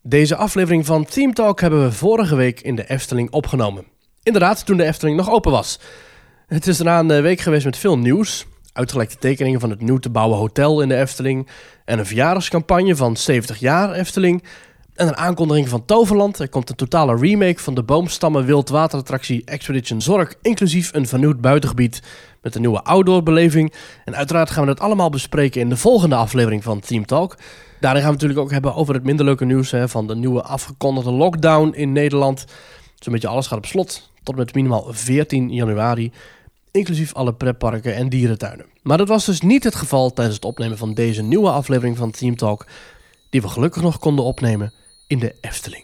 Deze aflevering van Team Talk hebben we vorige week in de Efteling opgenomen. Inderdaad, toen de Efteling nog open was. Het is daarna een week geweest met veel nieuws. Uitgelekte tekeningen van het nieuw te bouwen hotel in de Efteling. En een verjaardagscampagne van 70 jaar Efteling. En een aankondiging van Toverland. Er komt een totale remake van de boomstammen wildwaterattractie Expedition Zork. Inclusief een vernieuwd buitengebied met een nieuwe outdoorbeleving. En uiteraard gaan we het allemaal bespreken in de volgende aflevering van Team Talk. Daarin gaan we natuurlijk ook hebben over het minder leuke nieuws van de nieuwe afgekondigde lockdown in Nederland. Zo'n beetje alles gaat op slot tot met minimaal 14 januari. Inclusief alle pretparken en dierentuinen. Maar dat was dus niet het geval tijdens het opnemen van deze nieuwe aflevering van Team Talk. Die we gelukkig nog konden opnemen in de Efteling.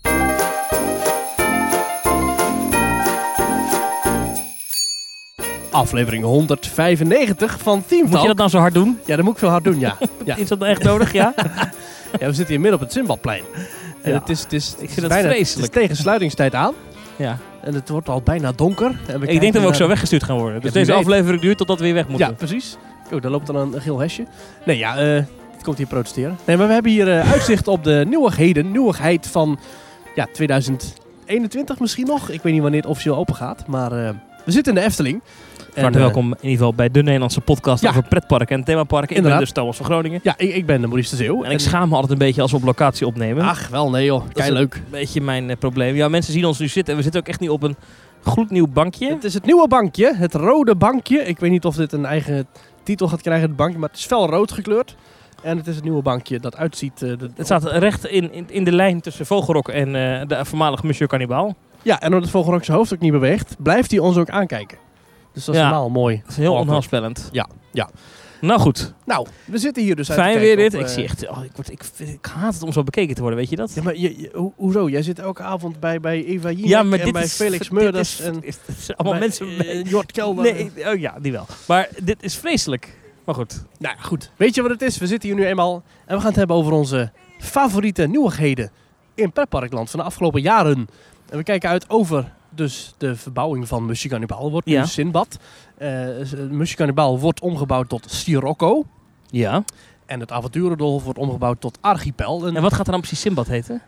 Aflevering 195 van Team Talk. Moet je dat nou zo hard doen? Ja, dat moet ik veel hard doen, ja. Ja. Is dat nou echt nodig, ja? Ja, we zitten hier midden op het Sinbadplein. En Ja. het is Ik vind het bijna, vreselijk. Het is tegen sluitingstijd aan. Ja. En het wordt al bijna donker. En Ik denk dat we ook zo naar... weggestuurd gaan worden. Dus Ja, wie deze weet. aflevering duurt totdat we weer weg moeten. Ja, precies. Oh, daar loopt dan een geel hesje. Nee, ja, het komt hier protesteren. Nee, maar we hebben hier uitzicht op de nieuwigheid van 2021 misschien nog. Ik weet niet wanneer het officieel open gaat. Maar we zitten in de Efteling. Hartelijk welkom in ieder geval bij de Nederlandse podcast Ja. over pretparken en themaparken. Ik ben Inderdaad. dus Thomas van Groningen. Ja, ik ben de Maurice de Zeeuw. En ik schaam me altijd een beetje als we op locatie opnemen. Ach, wel nee joh. Dat is Kei leuk. een beetje mijn probleem. Ja, mensen zien ons nu zitten en we zitten ook echt niet op een gloednieuw bankje. Het is het nieuwe bankje. Het rode bankje. Ik weet niet of dit een eigen titel gaat krijgen, het bankje. Maar het is fel rood gekleurd. En het is het nieuwe bankje dat uitziet. Het staat recht in de lijn tussen Vogelrok en de voormalige Monsieur Cannibal. Ja, en omdat Vogelrok zijn hoofd ook niet beweegt, blijft hij ons ook aankijken. Dus dat is Ja. normaal mooi. Dat is heel Awkward. onheilspellend. Ja. Nou goed, Nou, we zitten hier dus uit te fijn kijken weer dit. op, Ik zie echt, ik haat het om zo bekeken te worden, weet je dat? Ja, maar hoezo? Jij zit elke avond bij Eva Jinek Ja, maar en dit bij is Felix dit Meurders. is- En dit is allemaal bij, mensen. Jort Kelder. Nee, oh ja, die wel. Maar dit is vreselijk. Maar goed. Nou ja, goed. Weet je wat het is? We zitten hier nu eenmaal en we gaan het hebben over onze favoriete nieuwigheden in pretparkland van de afgelopen jaren. En we kijken uit over dus de verbouwing van Monsieur Cannibal. Wordt nu Ja. Sinbad. Monsieur Cannibal wordt omgebouwd tot Sirocco. Ja. En het avonturendolf wordt omgebouwd tot Archipel. En wat gaat er dan precies Sinbad heten?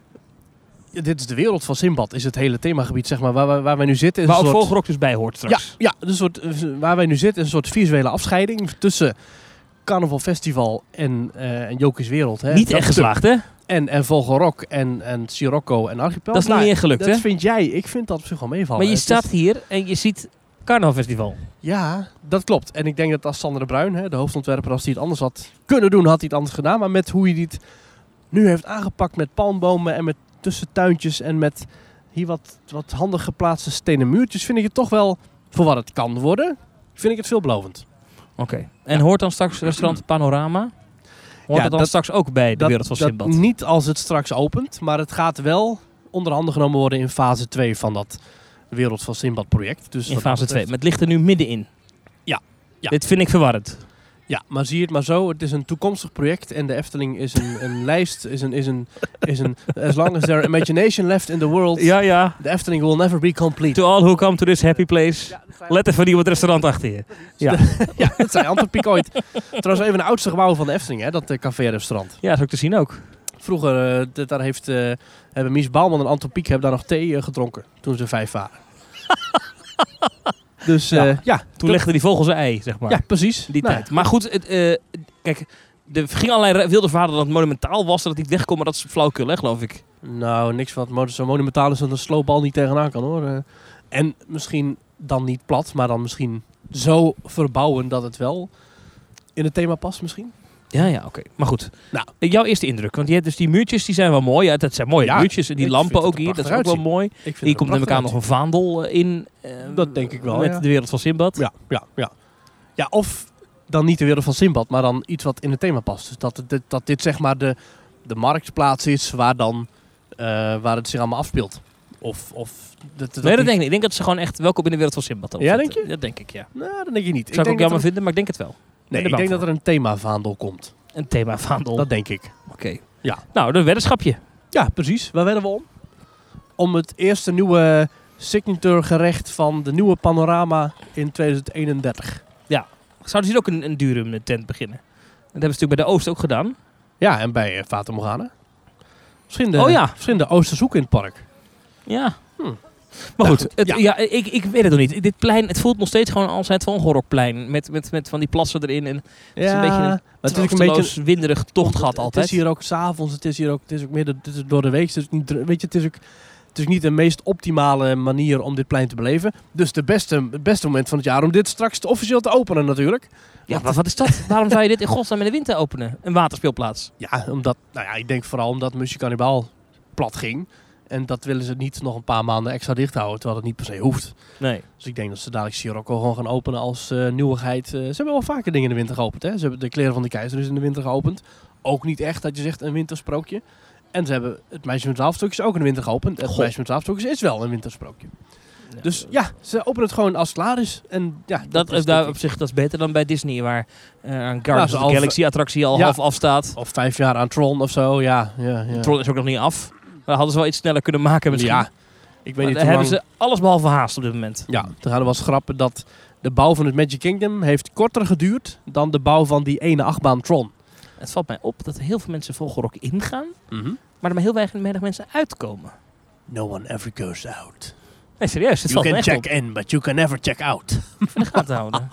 Dit is de wereld van Sinbad, is het hele themagebied, zeg maar, waar wij nu zitten. Is Waar een ook soort... Vogelrok dus bij hoort straks. Ja, dus waar wij nu zitten is een soort visuele afscheiding tussen Carnaval Festival en Jokies Wereld. Hè. Niet Dat echt stuk. geslaagd, hè? En Vogelrok en Sirocco en Archipel. Dat is nog niet echt gelukt, dat hè? vind jij. Ik vind dat op zich wel meevallen. Maar je Het staat is- hier en je ziet Carnavalfestival. Ja, dat klopt. En ik denk dat als Sander de Bruin, hè, de hoofdontwerper, als hij het anders had kunnen doen, had hij het anders gedaan. Maar met hoe hij het nu heeft aangepakt met palmbomen en met tussentuintjes en met hier wat handig geplaatste stenen muurtjes, vind ik het toch wel, voor wat het kan worden, vind ik het veelbelovend. Oké. En hoort dan straks restaurant Panorama? Hoort Ja, dat dan dat- straks ook bij de wereld van Sinbad? Niet als het straks opent, maar het gaat wel onder handen genomen worden in fase 2 van dat Wereld van Sinbad project. Dus In wat fase dat 2. betreft- Maar het ligt er nu middenin. Ja. Dit vind ik verwarrend. Ja, maar zie het maar zo. Het is een toekomstig project en de Efteling is een lijst, is een as long as there is imagination left in the world, Ja. the Efteling will never be complete. To all who come to this happy place, let even nieuw het restaurant achter je. Ja. Ja, dat zei Anton Pieck ooit. Trouwens even een oudste gebouw van de Efteling, hè, dat café-restaurant. Ja, dat is ook te zien ook. Vroeger hebben Mies Bouwman en Anton Pieck hebben daar nog thee gedronken toen ze 5 waren. Dus Ja. Toen legde die vogel zijn ei, zeg maar. ja, precies. Die Nou, tijd. Maar goed, kijk, er ging allerlei wilde verhalen dat het monumentaal was, dat het niet wegkomt, maar dat is flauwkul, hè, geloof ik. Nou, niks wat zo monumentaal is dat een sloopbal niet tegenaan kan, hoor. En misschien dan niet plat, maar dan misschien zo verbouwen dat het wel in het thema past misschien. Ja, oké. Maar goed. Nou. Jouw eerste indruk, want je hebt dus die muurtjes, die zijn wel mooi. Ja, dat zijn mooie Ja, muurtjes. En die ik lampen vind het ook er hier, dat is ook prachtig wel mooi. Ik vind Hier het komt er met elkaar nog prachtig een vaandel in. Dat denk ik wel, Met ja. de wereld van Sinbad. Ja. Ja, of dan niet de wereld van Sinbad, maar dan iets wat in het thema past. Dus dat dit zeg maar de marktplaats is waar het zich allemaal afspeelt. Of Nee, dat denk ik niet. Ik denk dat ze gewoon echt welkom in de wereld van Sinbad Ja, opzetten. denk je? Dat denk ik, ja. Nou, dat denk je niet. Zou ik ook jammer vinden, maar ik denk het wel. Nee, ben ik denk bang dat er een themavaandel komt. Een thema vaandel. Dat denk ik. Oké. Ja. Nou, een weddenschapje. Ja, precies. Waar wedden we om? Om het eerste nieuwe signature gerecht van de nieuwe Panorama in 2031. Zouden ze hier ook een Durum tent beginnen? Dat hebben ze natuurlijk bij de Oost ook gedaan. Ja, en bij Fata Morgana. verschillende Oostershoeken in het park. Ja. Maar goed, ik weet het nog niet. Dit plein, het voelt nog steeds gewoon als het Van Gorokplein. Met van die plassen erin. En het is een beetje een beetje winderig tochtgat altijd. Het is hier ook 's avonds, het is ook midden door de week. Dus het is niet de meest optimale manier om dit plein te beleven. Dus het beste moment van het jaar om dit straks officieel te openen natuurlijk. Ja, maar wat is dat? Waarom zou je dit in godsnaam in de winter openen? Een waterspeelplaats? Ja, ik denk vooral omdat Musje Carnaval plat ging. En dat willen ze niet nog een paar maanden extra dicht houden, terwijl het niet per se hoeft. Nee. Dus ik denk dat ze dadelijk Sirocco gewoon gaan openen als nieuwigheid. Ze hebben wel vaker dingen in de winter geopend. Hè? Ze hebben de Kleren van de Keizer is in de winter geopend. Ook niet echt dat je zegt een wintersprookje. En ze hebben het Meisje met 12 stokjes ook in de winter geopend. Het Meisje met 12 stokjes is wel een wintersprookje. Ja. Dus ja, ze openen het gewoon als het klaar is. En ja, dat is beter dan bij Disney, waar een Guardians of the Galaxy attractie al half af staat. Of 5 jaar aan Tron of zo, ja. Tron is ook nog niet af. Maar hadden ze wel iets sneller kunnen maken misschien. Ja, ik weet niet hoe hebben ze alles behalve haast op dit moment. Ja, er gaan er wel schrappen dat de bouw van het Magic Kingdom heeft korter geduurd dan de bouw van die ene achtbaan Tron. Het valt mij op dat er heel veel mensen vol Gorok ingaan, maar er maar heel weinig mensen uitkomen. No one ever goes out. Nee, serieus. Het valt me echt You can check in, but you can never check out. Van de gaten houden.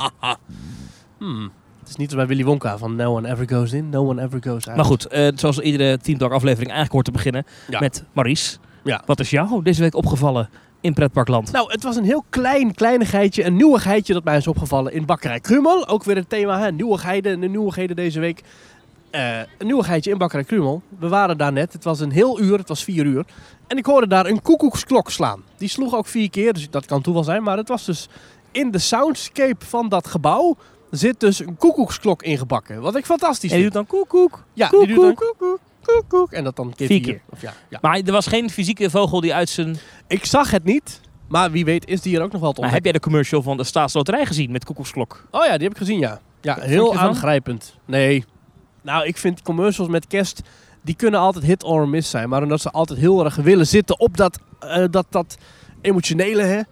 Het is niet zoals bij Willy Wonka van no one ever goes in, no one ever goes out. Maar goed, zoals iedere Team Talk aflevering eigenlijk hoort te beginnen met Maurice. Ja. Wat is jou deze week opgevallen in Pretparkland? Nou, het was een heel kleinigheidje, een nieuwigheidje dat mij is opgevallen in Bakkerij Krumel. Ook weer het thema, hè, nieuwigheden deze week. Een nieuwigheidje in Bakkerij Krumel. We waren daar net, het was een heel uur, het was 4 uur. En ik hoorde daar een koekoeksklok slaan. Die sloeg ook 4 keer, dus dat kan toeval zijn. Maar het was dus in de soundscape van dat gebouw zit dus een koekoeksklok ingebakken. Wat ik fantastisch vind. En die doet dan koekoek. Ja, die doet dan koekoek. Koekoek. En dat dan keer 4 keer. Of ja. Maar er was geen fysieke vogel die uit zijn... Ik zag het niet, maar wie weet is die er ook nog wel te ontdekken. Heb jij de commercial van de Staatsloterij gezien met koekoeksklok? Oh ja, die heb ik gezien, ja. Ja, heel aangrijpend. Nee. Nou, ik vind commercials met kerst, die kunnen altijd hit or miss zijn. Maar omdat ze altijd heel erg willen zitten op dat emotionele, hè,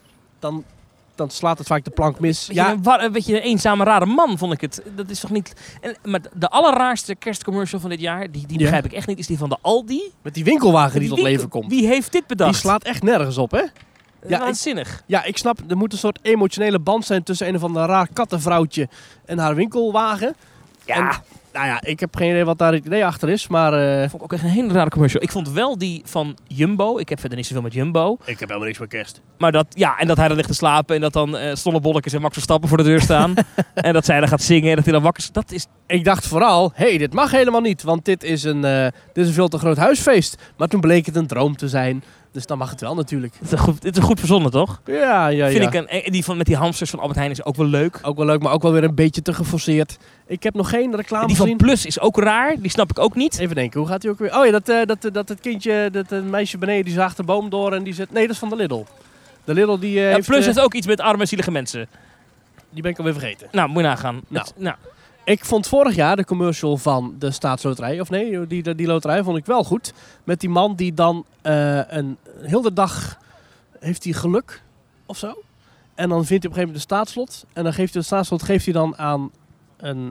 dan slaat het vaak de plank mis. Een beetje een eenzame rare man, vond ik het. Dat is toch niet... Maar de allerraarste kerstcommercial van dit jaar, die begrijp ik echt niet, is die van de Aldi. Met die winkelwagen die tot leven komt. Wie heeft dit bedacht? Die slaat echt nergens op, hè? Ja, waanzinnig. Ik snap, er moet een soort emotionele band zijn tussen een of ander raar kattenvrouwtje en haar winkelwagen. Ja. En, ik heb geen idee wat daar het idee achter is, maar... Vond ik ook echt een hele rare commercial. Ik vond wel die van Jumbo. Ik heb verder niet zoveel met Jumbo. Ik heb helemaal niks met kerst. Maar dat hij dan ligt te slapen en dat dan Stolle Bollekes en Max Verstappen voor de deur staan. En dat zij dan gaat zingen en dat hij dan wakker is. Dat is... Ik dacht vooral, dit mag helemaal niet, want dit is een veel te groot huisfeest. Maar toen bleek het een droom te zijn. Dus dan mag het wel natuurlijk. Het is goed verzonnen, toch? Ja. Vind ik met die hamsters van Albert Heijn is ook wel leuk. Ook wel leuk, maar ook wel weer een beetje te geforceerd. Ik heb nog geen reclame gezien. Die van Plus is ook raar. Die snap ik ook niet. Even denken, hoe gaat die ook weer? Oh ja, dat het kindje, dat meisje beneden, die zaagt de boom door en die zit... Nee, dat is van de Lidl. De Lidl die heeft... Plus heeft ook iets met arme, zielige mensen. Die ben ik alweer vergeten. Nou, moet je nagaan. Ik vond vorig jaar de commercial van de Staatsloterij, of nee, die loterij vond ik wel goed. Met die man die dan een hele dag heeft hij geluk of zo. En dan vindt hij op een gegeven moment de staatslot. En dan geeft hij het staatslot dan aan een...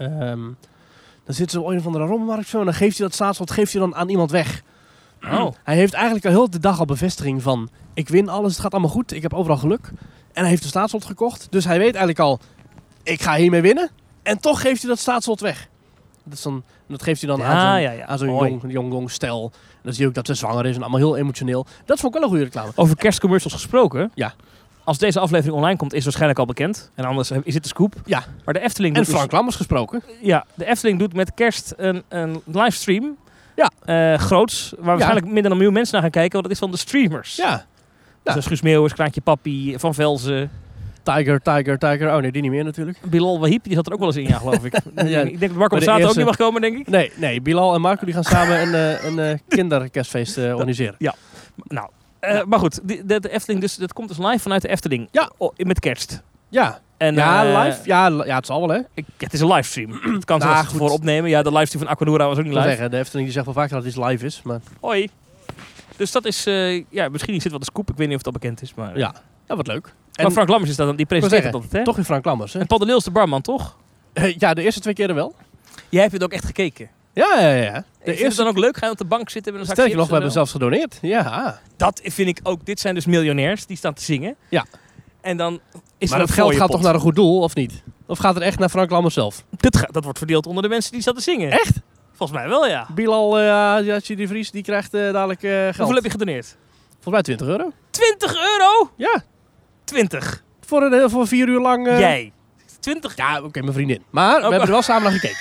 dan zitten ze op een of andere rommelmarkt zo. En dan geeft hij dat staatslot dan aan iemand weg. Oh. Hij heeft eigenlijk al heel de dag al bevestiging van... Ik win alles, het gaat allemaal goed, ik heb overal geluk. En hij heeft de staatslot gekocht. Dus hij weet eigenlijk al, ik ga hiermee winnen. En toch geeft hij dat staatslot weg. Dat geeft hij dan aan zo'n jong stel. En dan zie je ook dat ze zwanger is en allemaal heel emotioneel. Dat vond ik wel een goede reclame. Over kerstcommercials gesproken. Ja. Als deze aflevering online komt, is het waarschijnlijk al bekend. En anders is het de scoop. Ja. Maar de Efteling doet Frank Lammers gesproken. Ja, de Efteling doet met kerst een livestream. Ja. Groots. Waar waarschijnlijk minder dan 1 miljoen mensen naar gaan kijken. Want dat is van de streamers. Ja. Dus Guus Meeuwis, Kraantje Papi, Van Velzen... Tiger. Oh nee, die niet meer natuurlijk. Bilal Wahib, die zat er ook wel eens in, ik denk dat Marco Borsato ook niet mag komen, denk ik. Nee, Bilal en Marco die gaan samen een kinderkerstfeest organiseren. Ja. Nou, maar goed, de Efteling, dus dat komt dus live vanuit de Efteling. Ja. Met kerst. Ja. En, live? Ja, het zal wel, hè? Het is een livestream. Het kan zelfs voor opnemen. Ja, de livestream van Aquanura was ook niet live. Zeggen, de Efteling die zegt wel vaak dat het live is, maar... Hoi. Dus dat is, misschien zit wat de scoop. Ik weet niet of dat bekend is, maar... Ja, wat leuk. Maar Frank Lammers is dat dan, die presenteert het altijd, hè? Toch weer Frank Lammers, hè? En Paul de Leeuw is de barman, toch? Ja, de eerste 2 keren wel. Jij hebt het ook echt gekeken? Ja. Is het dan ook leuk? Ga je op de bank zitten met een zak Sterker nog, chips we hebben zelfs gedoneerd. Ja. Dat vind ik ook. Dit zijn dus miljonairs die staan te zingen. Ja. En dan is maar er dat geld gaat toch naar een goed doel, of niet? Of gaat het echt naar Frank Lammers zelf? Dat wordt verdeeld onder de mensen die staan te zingen. Echt? Volgens mij wel, ja. Bilal de Vries, die krijgt dadelijk geld. Hoeveel heb je gedoneerd? Volgens mij €20. €20? Ja. 20. Voor 4 uur lang... Jij. 20? Ja, oké, mijn vriendin. Maar we hebben er wel samen naar gekeken.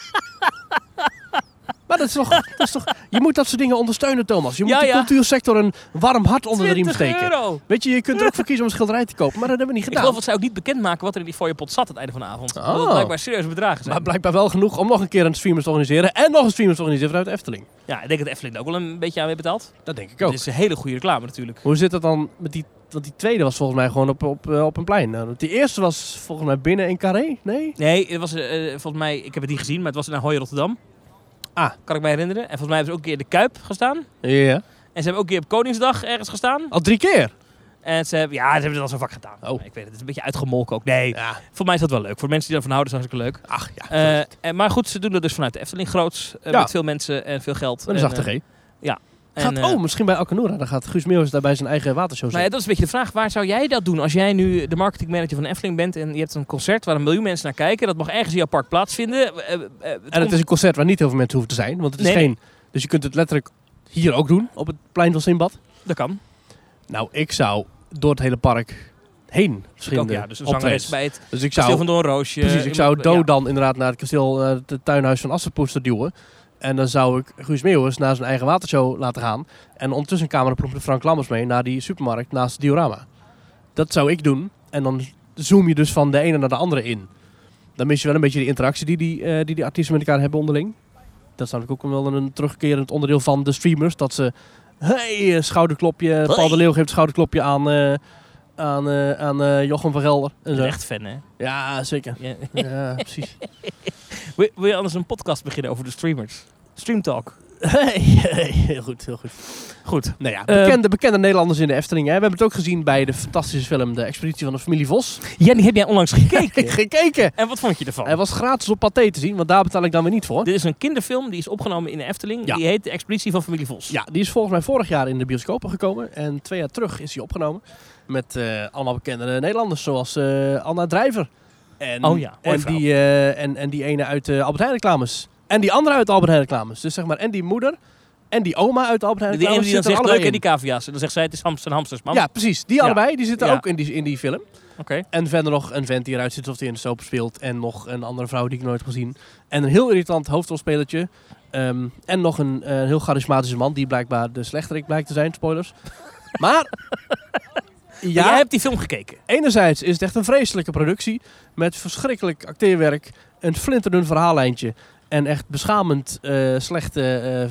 Maar dat is toch... Je moet dat soort dingen ondersteunen, Thomas. Je moet de cultuursector een warm hart onder de riem steken. €20. Weet je kent er ook voor kiezen om een schilderij te kopen. Maar dat hebben we niet gedaan. Ik geloof dat zij ook niet bekendmaken wat er in die fooiepot zat aan het einde van de avond. Oh. Dat het blijkbaar serieuze bedragen zijn. Maar blijkbaar wel genoeg om nog een keer een streamers te organiseren. En nog een streamers te organiseren vanuit Efteling. Ja, ik denk dat Efteling er ook wel een beetje aan mee betaalt. Dat denk ik ook. Dat is een hele goede reclame natuurlijk. Hoe zit het dan met die... Want die tweede was volgens mij gewoon op een plein. Nou, die eerste was volgens mij binnen in Carré? Nee, het was volgens mij... Ik heb het niet gezien, maar het was in Ahoy Rotterdam. Ah. Kan ik mij herinneren. En volgens mij hebben ze ook een keer de Kuip gestaan. Ja. En ze hebben ook een keer op Koningsdag ergens gestaan. Al 3 keer? En ze hebben het al zo vaak gedaan. Oh. Ik weet het is een beetje uitgemolken ook. Nee, Ja. voor mij is dat wel leuk. Voor mensen die daarvan houden is het hartstikke leuk. Ach ja. Maar goed, ze doen dat dus vanuit de Efteling groots. Ja. Met veel mensen en veel geld. Dat is 8G. Ja. Misschien bij Alcanora. Dan gaat Guus Meeuwis daar bij zijn eigen watershow Nou zijn. ja, dat is een beetje de vraag. Waar zou jij dat doen als jij nu de marketingmanager van Efteling bent en je hebt een concert waar 1 miljoen mensen naar kijken. Dat mag ergens in jouw park plaatsvinden. En het is een concert waar niet heel veel mensen hoeven te zijn. Want het is geen... Dus je kunt het letterlijk hier ook doen. Op het plein van Simbad. Dat kan. Nou, ik zou door het hele park heen verschillende ook, dus een zangeres bij het dus ik kasteel zou, van Doornroosje. Precies, ik zou Do dan inderdaad naar het kasteel, het tuinhuis van Assenpoester duwen. En dan zou ik Guus Meeuwis naar zijn eigen watershow laten gaan. En ondertussen een cameraploeg met Frank Lammers mee naar die supermarkt naast het diorama. Dat zou ik doen. En dan zoom je dus van de ene naar de andere in. Dan mis je wel een beetje de interactie die artiesten met elkaar hebben onderling. Dat is namelijk ook wel een terugkerend onderdeel van de streamers. Dat ze, schouderklopje, Paul de Leeuw geeft schouderklopje aan Jochem van Gelder. En zo. Echt fan, hè? Ja, zeker. Ja, precies. Wil je anders een podcast beginnen over de streamers? Streamtalk. Heel goed, heel goed. Goed. Nou ja, bekende Nederlanders in de Efteling. Hè. We hebben het ook gezien bij de fantastische film De Expeditie van de Familie Vos. Ja, die heb jij onlangs gekeken. Gekeken! En wat vond je ervan? Hij was gratis op Pathé te zien, want daar betaal ik dan weer niet voor. Dit is een kinderfilm, die is opgenomen in de Efteling. Ja. Die heet De Expeditie van Familie Vos. Ja, die is volgens mij vorig jaar in de bioscopen gekomen. En 2 jaar terug is hij opgenomen. Met allemaal bekende Nederlanders, zoals Anna Drijver. En die ene uit Albert Heijn reclames. En die andere uit de Albert Heijn reclames. Dus zeg maar, en die moeder en die oma uit de Albert Heijn reclames. Die ene die dan zegt, leuk en die cavia's. En dan zegt zij, het is hamsters, man. Ja, precies. Die allebei, die zitten ook in die film. Okay. En verder nog een vent die eruit ziet alsof hij in de soap speelt. En nog een andere vrouw die ik nooit heb gezien. En een heel irritant hoofdrolspelertje. En nog een heel charismatische man die blijkbaar de slechterik blijkt te zijn. Spoilers. Maar... Ja, jij hebt die film gekeken. Enerzijds is het echt een vreselijke productie. Met verschrikkelijk acteerwerk. Een flinterdun verhaallijntje. En echt beschamend slechte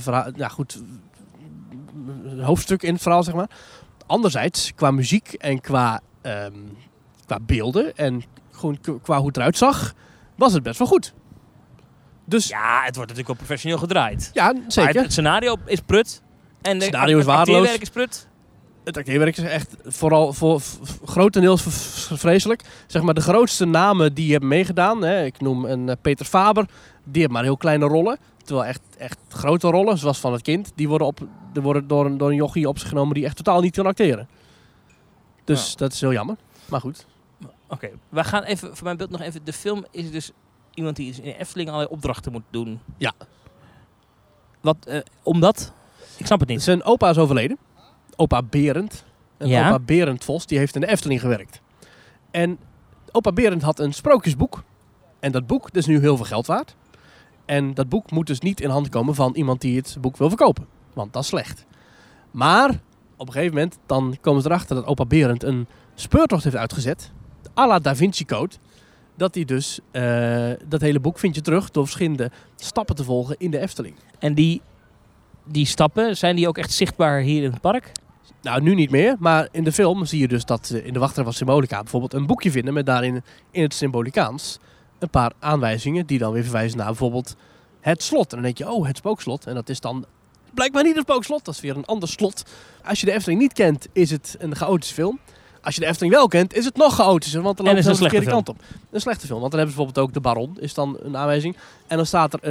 hoofdstuk in het verhaal, zeg maar. Anderzijds, qua muziek en qua beelden en gewoon qua hoe het eruit zag, was het best wel goed. Dus, ja, het wordt natuurlijk wel professioneel gedraaid. Ja, zeker. Maar het scenario is prut. En het scenario is waardeloos. Het acteerwerk is prut. Het acteerwerk is echt vooral voor grotendeels vreselijk. Zeg maar de grootste namen die hebben meegedaan. Hè, ik noem een Peter Faber. Die heeft maar heel kleine rollen. Terwijl echt grote rollen, zoals van het kind, die worden door een jochie op zich genomen die echt totaal niet kan acteren. Dus dat is heel jammer. Maar goed. Oké, we gaan even, voor mijn beeld nog even. De film is dus iemand die in Efteling allerlei opdrachten moet doen. Ja. Wat, omdat? Ik snap het niet. Zijn opa is overleden. Opa Berend. Opa Berend Vos, die heeft in de Efteling gewerkt. En opa Berend had een sprookjesboek. En dat boek is nu heel veel geld waard. En dat boek moet dus niet in handen komen van iemand die het boek wil verkopen. Want dat is slecht. Maar op een gegeven moment dan komen ze erachter dat opa Berend een speurtocht heeft uitgezet. À la Da Vinci Code. Dat hij dus, dat hele boek vind je terug door verschillende stappen te volgen in de Efteling. En die stappen, zijn die ook echt zichtbaar hier in het park? Nou, nu niet meer. Maar in de film zie je dus dat in de wachtrij van Symbolica bijvoorbeeld een boekje vinden met daarin in het Symbolicaans een paar aanwijzingen die dan weer verwijzen naar bijvoorbeeld het slot. En dan denk je, oh, het spookslot. En dat is dan blijkbaar niet het spookslot. Dat is weer een ander slot. Als je de Efteling niet kent, is het een chaotische film. Als je de Efteling wel kent, is het nog chaotischer. Want dan loopt het de verkeerde kant op. Een slechte film. Want dan hebben ze bijvoorbeeld ook de Baron, is dan een aanwijzing. En dan staat er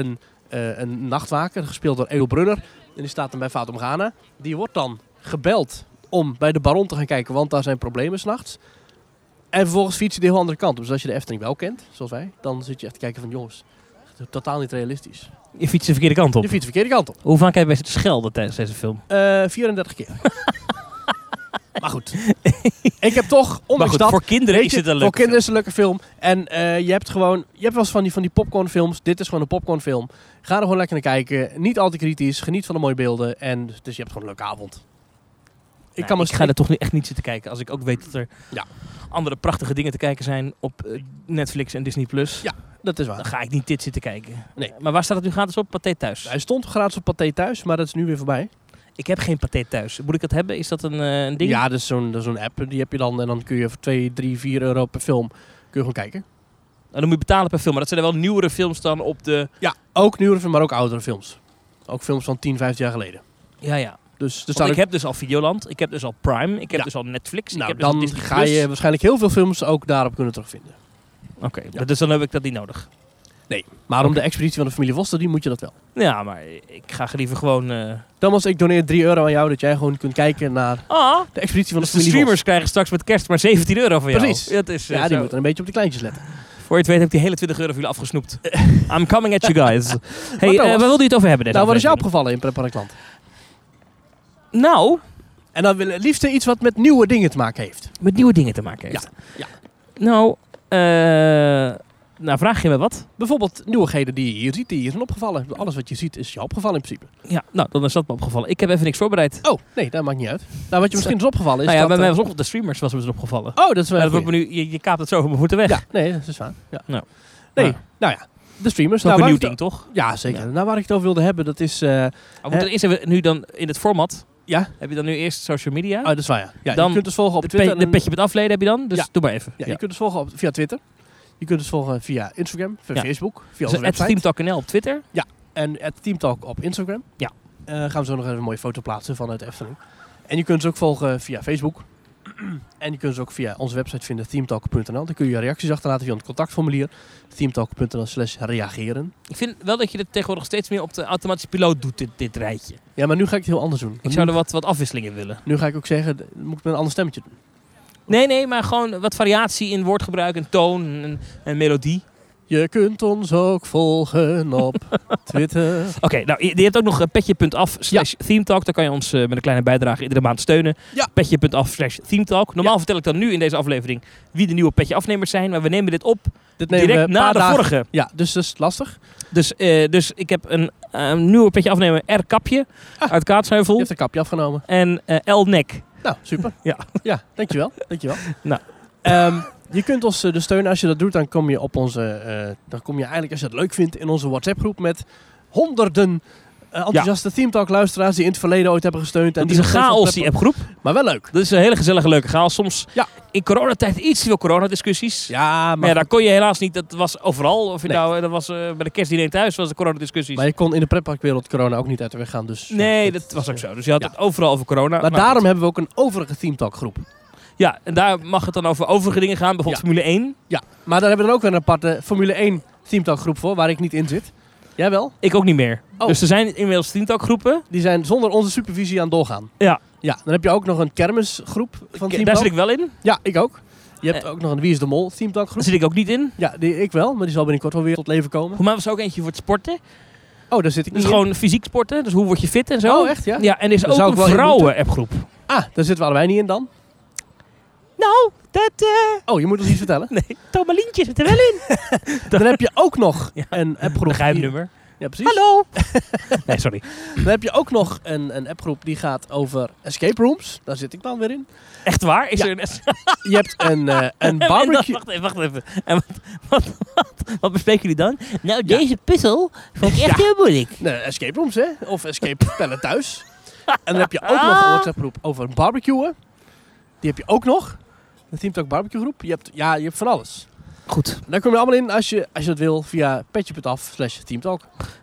een nachtwaker, gespeeld door Edo Brunner. En die staat dan bij Fatum Ghana. Die wordt dan gebeld om bij de Baron te gaan kijken, want daar zijn problemen 's nachts. En vervolgens fiets je de heel andere kant op. Dus als je de Efteling wel kent, zoals wij, dan zit je echt te kijken van jongens, totaal niet realistisch. Je fietst de verkeerde kant op. Je fietst de verkeerde kant op. Hoe vaak heb je zitten schelden tijdens deze film? 34 keer. Maar goed. Ik heb toch, ondanks dat... voor kinderen is het een leuke Voor kinderen is het een leuke film. En je hebt wel eens van die popcornfilms. Dit is gewoon een popcornfilm. Ga er gewoon lekker naar kijken. Niet al te kritisch. Geniet van de mooie beelden. En dus je hebt gewoon een leuke avond. Ik ga er toch echt niet zitten kijken. Als ik ook weet dat er andere prachtige dingen te kijken zijn op Netflix en Disney+. Ja, dat is waar. Dan ga ik niet dit zitten kijken. Nee. Maar waar staat het nu gratis op? Pathé Thuis? Hij stond gratis op Pathé Thuis, maar dat is nu weer voorbij. Ik heb geen Pathé Thuis. Moet ik dat hebben? Is dat een ding? Ja, dat is zo'n app. Die heb je dan. En dan kun je voor 2, 3, 4 euro per film kun je gewoon kijken. En dan moet je betalen per film. Maar dat zijn er wel nieuwere films dan op de... Ja, ook nieuwere films, maar ook oudere films. Ook films van 10, 15 jaar geleden. Ja. Dus ik heb dus al Videoland. Ik heb dus al Prime. Ik heb dus al Netflix. Nou, ik heb dan dus al Disney+. Ga je waarschijnlijk heel veel films ook daarop kunnen terugvinden. Oké, dus dan heb ik dat niet nodig. Nee, maar om de expeditie van de familie Voster, die moet je dat wel. Ja, maar ik ga liever gewoon... Thomas, ik doneer 3 euro aan jou, dat jij gewoon kunt kijken naar de expeditie van de familie Voster. De streamers krijgen straks met kerst maar 17 euro van jou. Precies. Dat is, die moeten een beetje op de kleintjes letten. Voor je het weet heb ik die hele 20 euro voor jullie afgesnoept. I'm coming at you guys. Hey, waar wilde je het over hebben? Nou, wat is jou opgevallen in Pretparkland? Nou... En dan wil het liefst iets wat met nieuwe dingen te maken heeft. Met nieuwe dingen te maken heeft? Ja. Nou, vraag je me wat? Bijvoorbeeld nieuwigheden die je hier ziet, die je zijn opgevallen. Alles wat je ziet is je opgevallen in principe. Ja, nou, dan is dat me opgevallen. Ik heb even niks voorbereid. Oh, nee, dat maakt niet uit. Nou, wat je misschien is opgevallen is nou ja, dat... bij mij was ook de streamers was me dus opgevallen. Oh, dat is wel dat nu, je kaapt het zo van mijn voeten weg. Ja, nee, dat is waar. Ja. Nou. Nee, nou ja. De streamers. Dat is ook een nieuw ding, toch? Ja, zeker. Ja. Nou, waar ik het over wilde hebben, dat is... eerst hebben nu dan in het format... Ja. Heb je dan nu eerst social media? Oh, dat is waar, ja. Dan je kunt dus volgen op Twitter. De petje met afleden heb je dan, dus doe maar even. Ja, je kunt dus volgen via Twitter. Je kunt dus volgen via Instagram, via Facebook, via onze website. @teamtalk.nl op Twitter. Ja, en @teamtalk op Instagram. Ja. Gaan we zo nog even een mooie foto plaatsen vanuit de Efteling. En je kunt ze ook volgen via Facebook. En je kunt ze ook via onze website vinden, teamtalk.nl. Dan kun je reacties achterlaten via het contactformulier. teamtalk.nl/reageren. Ik vind wel dat je het tegenwoordig steeds meer op de automatische piloot doet, dit rijtje. Ja, maar nu ga ik het heel anders doen. Ik zou er wat afwisselingen willen. Nu ga ik ook zeggen, moet ik met een ander stemmetje doen. Nee, maar gewoon wat variatie in woordgebruik en toon en melodie. Je kunt ons ook volgen op Twitter. Oké, nou, je hebt ook nog petje.af/themetalk. Daar kan je ons met een kleine bijdrage iedere maand steunen. Ja. Petje.af/themetalk. Normaal vertel ik dan nu in deze aflevering wie de nieuwe petje-afnemers zijn. Maar we nemen dit op direct na de vorige. Ja, dus dat is lastig. Dus ik heb een nieuwe petje-afnemer R. Kapje uit Kaatsheuvel. Je hebt een kapje afgenomen. En L. Nek. Nou, super. Ja, dankjewel. Nou. Je kunt ons dus steunen. Als je dat doet, dan kom je op onze... dan kom je eigenlijk, als je het leuk vindt, in onze WhatsApp-groep met honderden enthousiaste Themetalk luisteraars die in het verleden ooit hebben gesteund. Het is een chaos, die appgroep. Maar wel leuk. Dat is een hele gezellige, leuke chaos. Soms in coronatijd iets te veel coronadiscussies. Ja, maar daar kon je helaas niet. Dat was overal. Of je dat was bij de kerstdiner thuis was de coronadiscussies. Maar je kon in de pretparkwereld corona ook niet uit de weg gaan. Dus, nee, dat was ook zo. Dus je had het overal over corona. Maar daarom hebben we ook een overige Themetalk groep. Ja, en daar mag het dan over overige dingen gaan. Bijvoorbeeld Formule 1. Ja, maar daar hebben we dan ook weer een aparte Formule 1 Themetalk groep voor, waar ik niet in zit. Jij wel? Ik ook niet meer. Oh. Dus er zijn inmiddels Themetalk groepen. Die zijn zonder onze supervisie aan het doorgaan. Ja. Ja, dan heb je ook nog een kermisgroep van Themetalk. Daar zit ik wel in. Ja, ik ook. Je hebt ook nog een Wie is de Mol Themetalk groep. Daar zit ik ook niet in. Ja, ik wel, maar die zal binnenkort wel weer tot leven komen. Voor mij was er ook eentje voor het sporten. Oh, daar zit ik niet in. Dus gewoon fysiek sporten. Dus hoe word je fit en zo. Oh, echt? Ja? Ja, en er is ook een vrouwen-appgroep. Ah, daar zitten we allebei niet in dan? Nou, dat... Oh, je moet ons iets vertellen? Nee, Tomalientje zit er wel in. Dan heb je ook nog een appgroep. Een geheimnummer. Ja, precies. Hallo! Nee, sorry. Dan heb je ook nog een appgroep die gaat over escape rooms. Daar zit ik dan weer in. Echt waar? Is er Je hebt een barbecue... Wacht even. En wat bespreken jullie dan? Nou, deze puzzel vond ik echt heel moeilijk. Nee, escape rooms, hè? Of escape spellen thuis. En dan heb je ook nog een WhatsApp-groep over barbecuen. Die heb je ook nog. De Themetalk barbecue groep. Je hebt van alles. Goed. Daar kom je allemaal in als je dat wil via petje.af/Themetalk.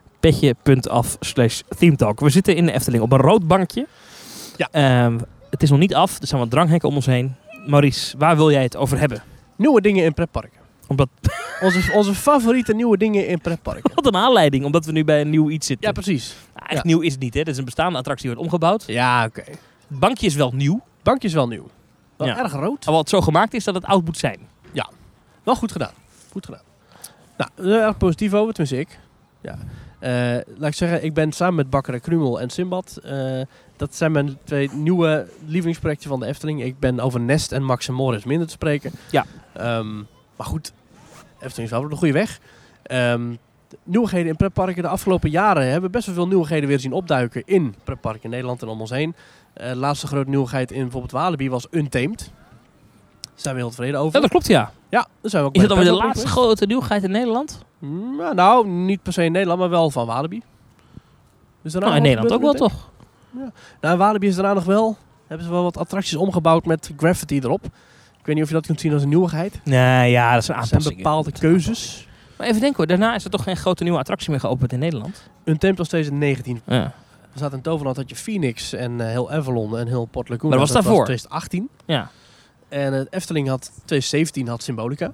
Petje.af/Themetalk. We zitten in de Efteling op een rood bankje. Ja. Het is nog niet af. Er staan wat dranghekken om ons heen. Maurice, waar wil jij het over hebben? Nieuwe dingen in pretparken. Omdat onze favoriete nieuwe dingen in pretparken. Wat een aanleiding, omdat we nu bij een nieuw iets zitten. Ja, precies. Nou, echt nieuw is het niet, hè. Dit is een bestaande attractie, die wordt omgebouwd. Ja, oké. Het bankje is wel nieuw. Bankje is wel nieuw. Wel erg rood. Maar wat zo gemaakt is dat het oud moet zijn. Ja, wel goed gedaan. Goed gedaan. Nou, erg positief over, tenminste ik. Ja. Laat ik zeggen, ik ben samen met Bakker en Krumel en Simbad. Dat zijn mijn 2 nieuwe lievelingsprojecten van de Efteling. Ik ben over Nest en Max en Moritz minder te spreken. Ja. Maar goed, Efteling is wel op de goede weg. Nieuwigheden in pretparken de afgelopen jaren hebben we best wel veel nieuwigheden weer zien opduiken in pretparken in Nederland en om ons heen. De laatste grote nieuwigheid in bijvoorbeeld Walibi was Untamed. Daar zijn we heel tevreden over. Ja, dat klopt, ja. Ja, daar zijn we ook. Is dat dan weer de laatste grote nieuwigheid in Nederland? Nou, niet per se in Nederland, maar wel van Walibi. Dus in Nederland ook wel, toch? Ja. Nou, in Walibi is daarna nog wel. Hebben ze wel wat attracties omgebouwd met graffiti erop. Ik weet niet of je dat kunt zien als een nieuwigheid. Nee, ja, dat zijn aanpassingen. Er zijn bepaalde keuzes. Maar even denken hoor, daarna is er toch geen grote nieuwe attractie meer geopend in Nederland? Untamed was deze 19. Ja. Er zat in Toverland had je Phoenix en heel Avalon en heel Port Laguna. Maar dat was daarvoor? 2018. Ja. En het Efteling had 2017 had Symbolica.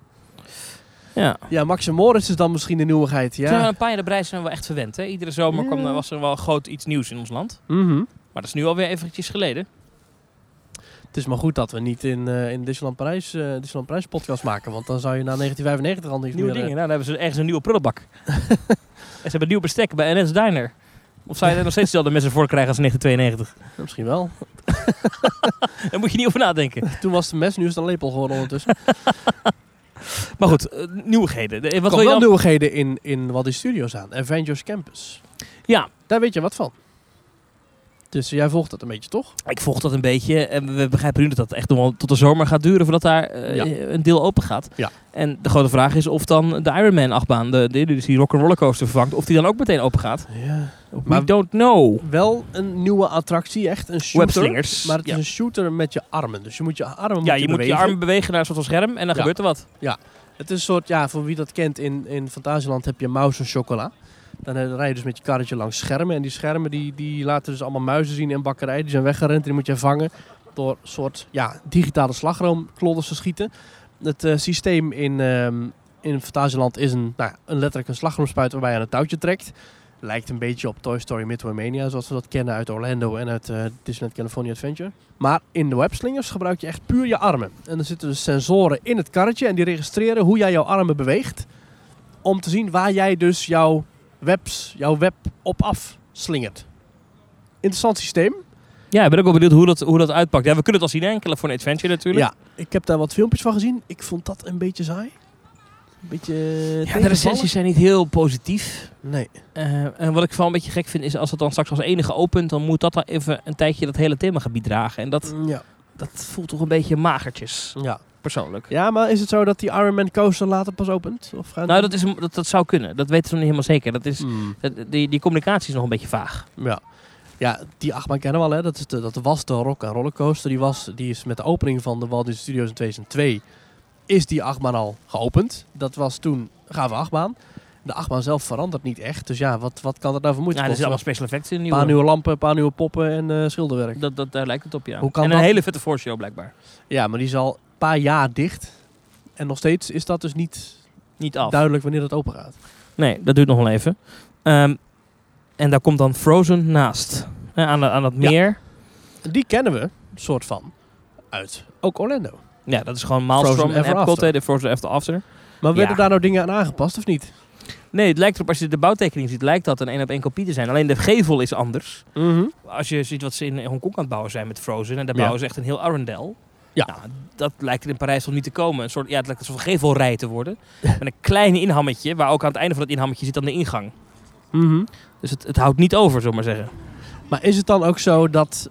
Ja. Ja, Max en Moritz is dan misschien de nieuwigheid. Ja. Zijn we een paar jaar de prijs zijn we wel echt verwend. Hè? Iedere zomer was er wel groot iets nieuws in ons land. Mm-hmm. Maar dat is nu alweer eventjes geleden. Het is maar goed dat we niet in Disneyland Parijs podcast maken. Want dan zou je na 1995 al niets nieuwe meer... dingen. Nou, dan hebben ze ergens een nieuwe prullenbak. En ze hebben een nieuw bestek bij NS Diner. Of zou je er nog steeds dezelfde mensen voor krijgen als in 1992? Ja, misschien wel. Daar moet je niet over nadenken. Toen was het een mes, nu is het een lepel geworden ondertussen. Maar goed, nieuwigheden. Er komen wel nieuwigheden in Walt Disney Studios aan. Avengers Campus. Ja. Daar weet je wat van. Dus jij volgt dat een beetje, toch? Ik volg dat een beetje. En we begrijpen nu dat dat echt nog wel tot de zomer gaat duren voordat daar een deel open gaat. Ja. En de grote vraag is of dan de Ironman achtbaan, dus die rock'n'roller coaster vervangt, of die dan ook meteen open gaat. Ja. We don't know. Wel een nieuwe attractie, echt een shooter. Webslingers. Maar het is een shooter met je armen. Dus je moet je armen je moet je armen bewegen naar een soort van scherm en dan gebeurt er wat. Ja. Het is een soort, voor wie dat kent, in Fantasieland heb je Mouse en Chocola. Dan rij je dus met je karretje langs schermen. En die schermen die laten dus allemaal muizen zien en bakkerijen. Die zijn weggerend en die moet je vangen door een soort digitale slagroomklodders te schieten. Het systeem in Fantasieland is letterlijk een slagroomspuit waarbij je aan een touwtje trekt. Lijkt een beetje op Toy Story Midway Mania, zoals we dat kennen uit Orlando en uit Disneyland California Adventure. Maar in de webslingers gebruik je echt puur je armen. En er zitten dus sensoren in het karretje en die registreren hoe jij jouw armen beweegt. Om te zien waar jij dus jouw web op af slingert. Interessant systeem. Ja, ik ben ook wel benieuwd hoe dat uitpakt. Ja, we kunnen het al zien in California Adventure natuurlijk. Ja, ik heb daar wat filmpjes van gezien. Ik vond dat een beetje saai. Een beetje de recensies zijn niet heel positief. Nee. En wat ik vooral een beetje gek vind is als het dan straks als enige opent, dan moet dat dan even een tijdje dat hele themagebied dragen. En dat voelt toch een beetje magertjes. Ja. Persoonlijk. Ja, maar is het zo dat die Ironman coaster later pas opent? Of dat zou kunnen. Dat weten we nog niet helemaal zeker. Dat is, die communicatie is nog een beetje vaag. Ja, die achtbaan kennen we al. Hè. Dat was de Rock and Roller Coaster. Die is met de opening van de Walt Disney Studios in 2002... is die achtbaan al geopend. Dat was toen een gave achtbaan. De achtbaan zelf verandert niet echt. Dus wat kan dat nou voor moeite kosten? Er zijn allemaal special effects in. Een paar nieuwe lampen, een paar nieuwe poppen en schilderwerk. Daar lijkt het op, ja. Hoe kan en een hele vette voorshow blijkbaar. Ja, maar die is al een paar jaar dicht. En nog steeds is dat dus niet af. Duidelijk wanneer dat open gaat. Nee, dat duurt nog wel even. En daar komt dan Frozen naast. Aan het meer. Ja. Die kennen we, soort van, uit ook Orlando. Ja, dat is gewoon Maelstrom en Epcot, de Frozen Ever After. Maar werden daar nou dingen aan aangepast of niet? Nee, het lijkt erop, als je de bouwtekening ziet, lijkt dat een 1-op-1 kopie te zijn. Alleen de gevel is anders. Mm-hmm. Als je ziet wat ze in Hongkong aan het bouwen zijn met Frozen, en daar bouwen ze echt een heel Arendelle. Ja. Nou, dat lijkt er in Parijs nog niet te komen. Het lijkt een soort gevelrij te worden. Met een klein inhammetje, waar ook aan het einde van het inhammetje zit dan de ingang. Mm-hmm. Dus het houdt niet over, zullen we maar zeggen. Maar is het dan ook zo dat...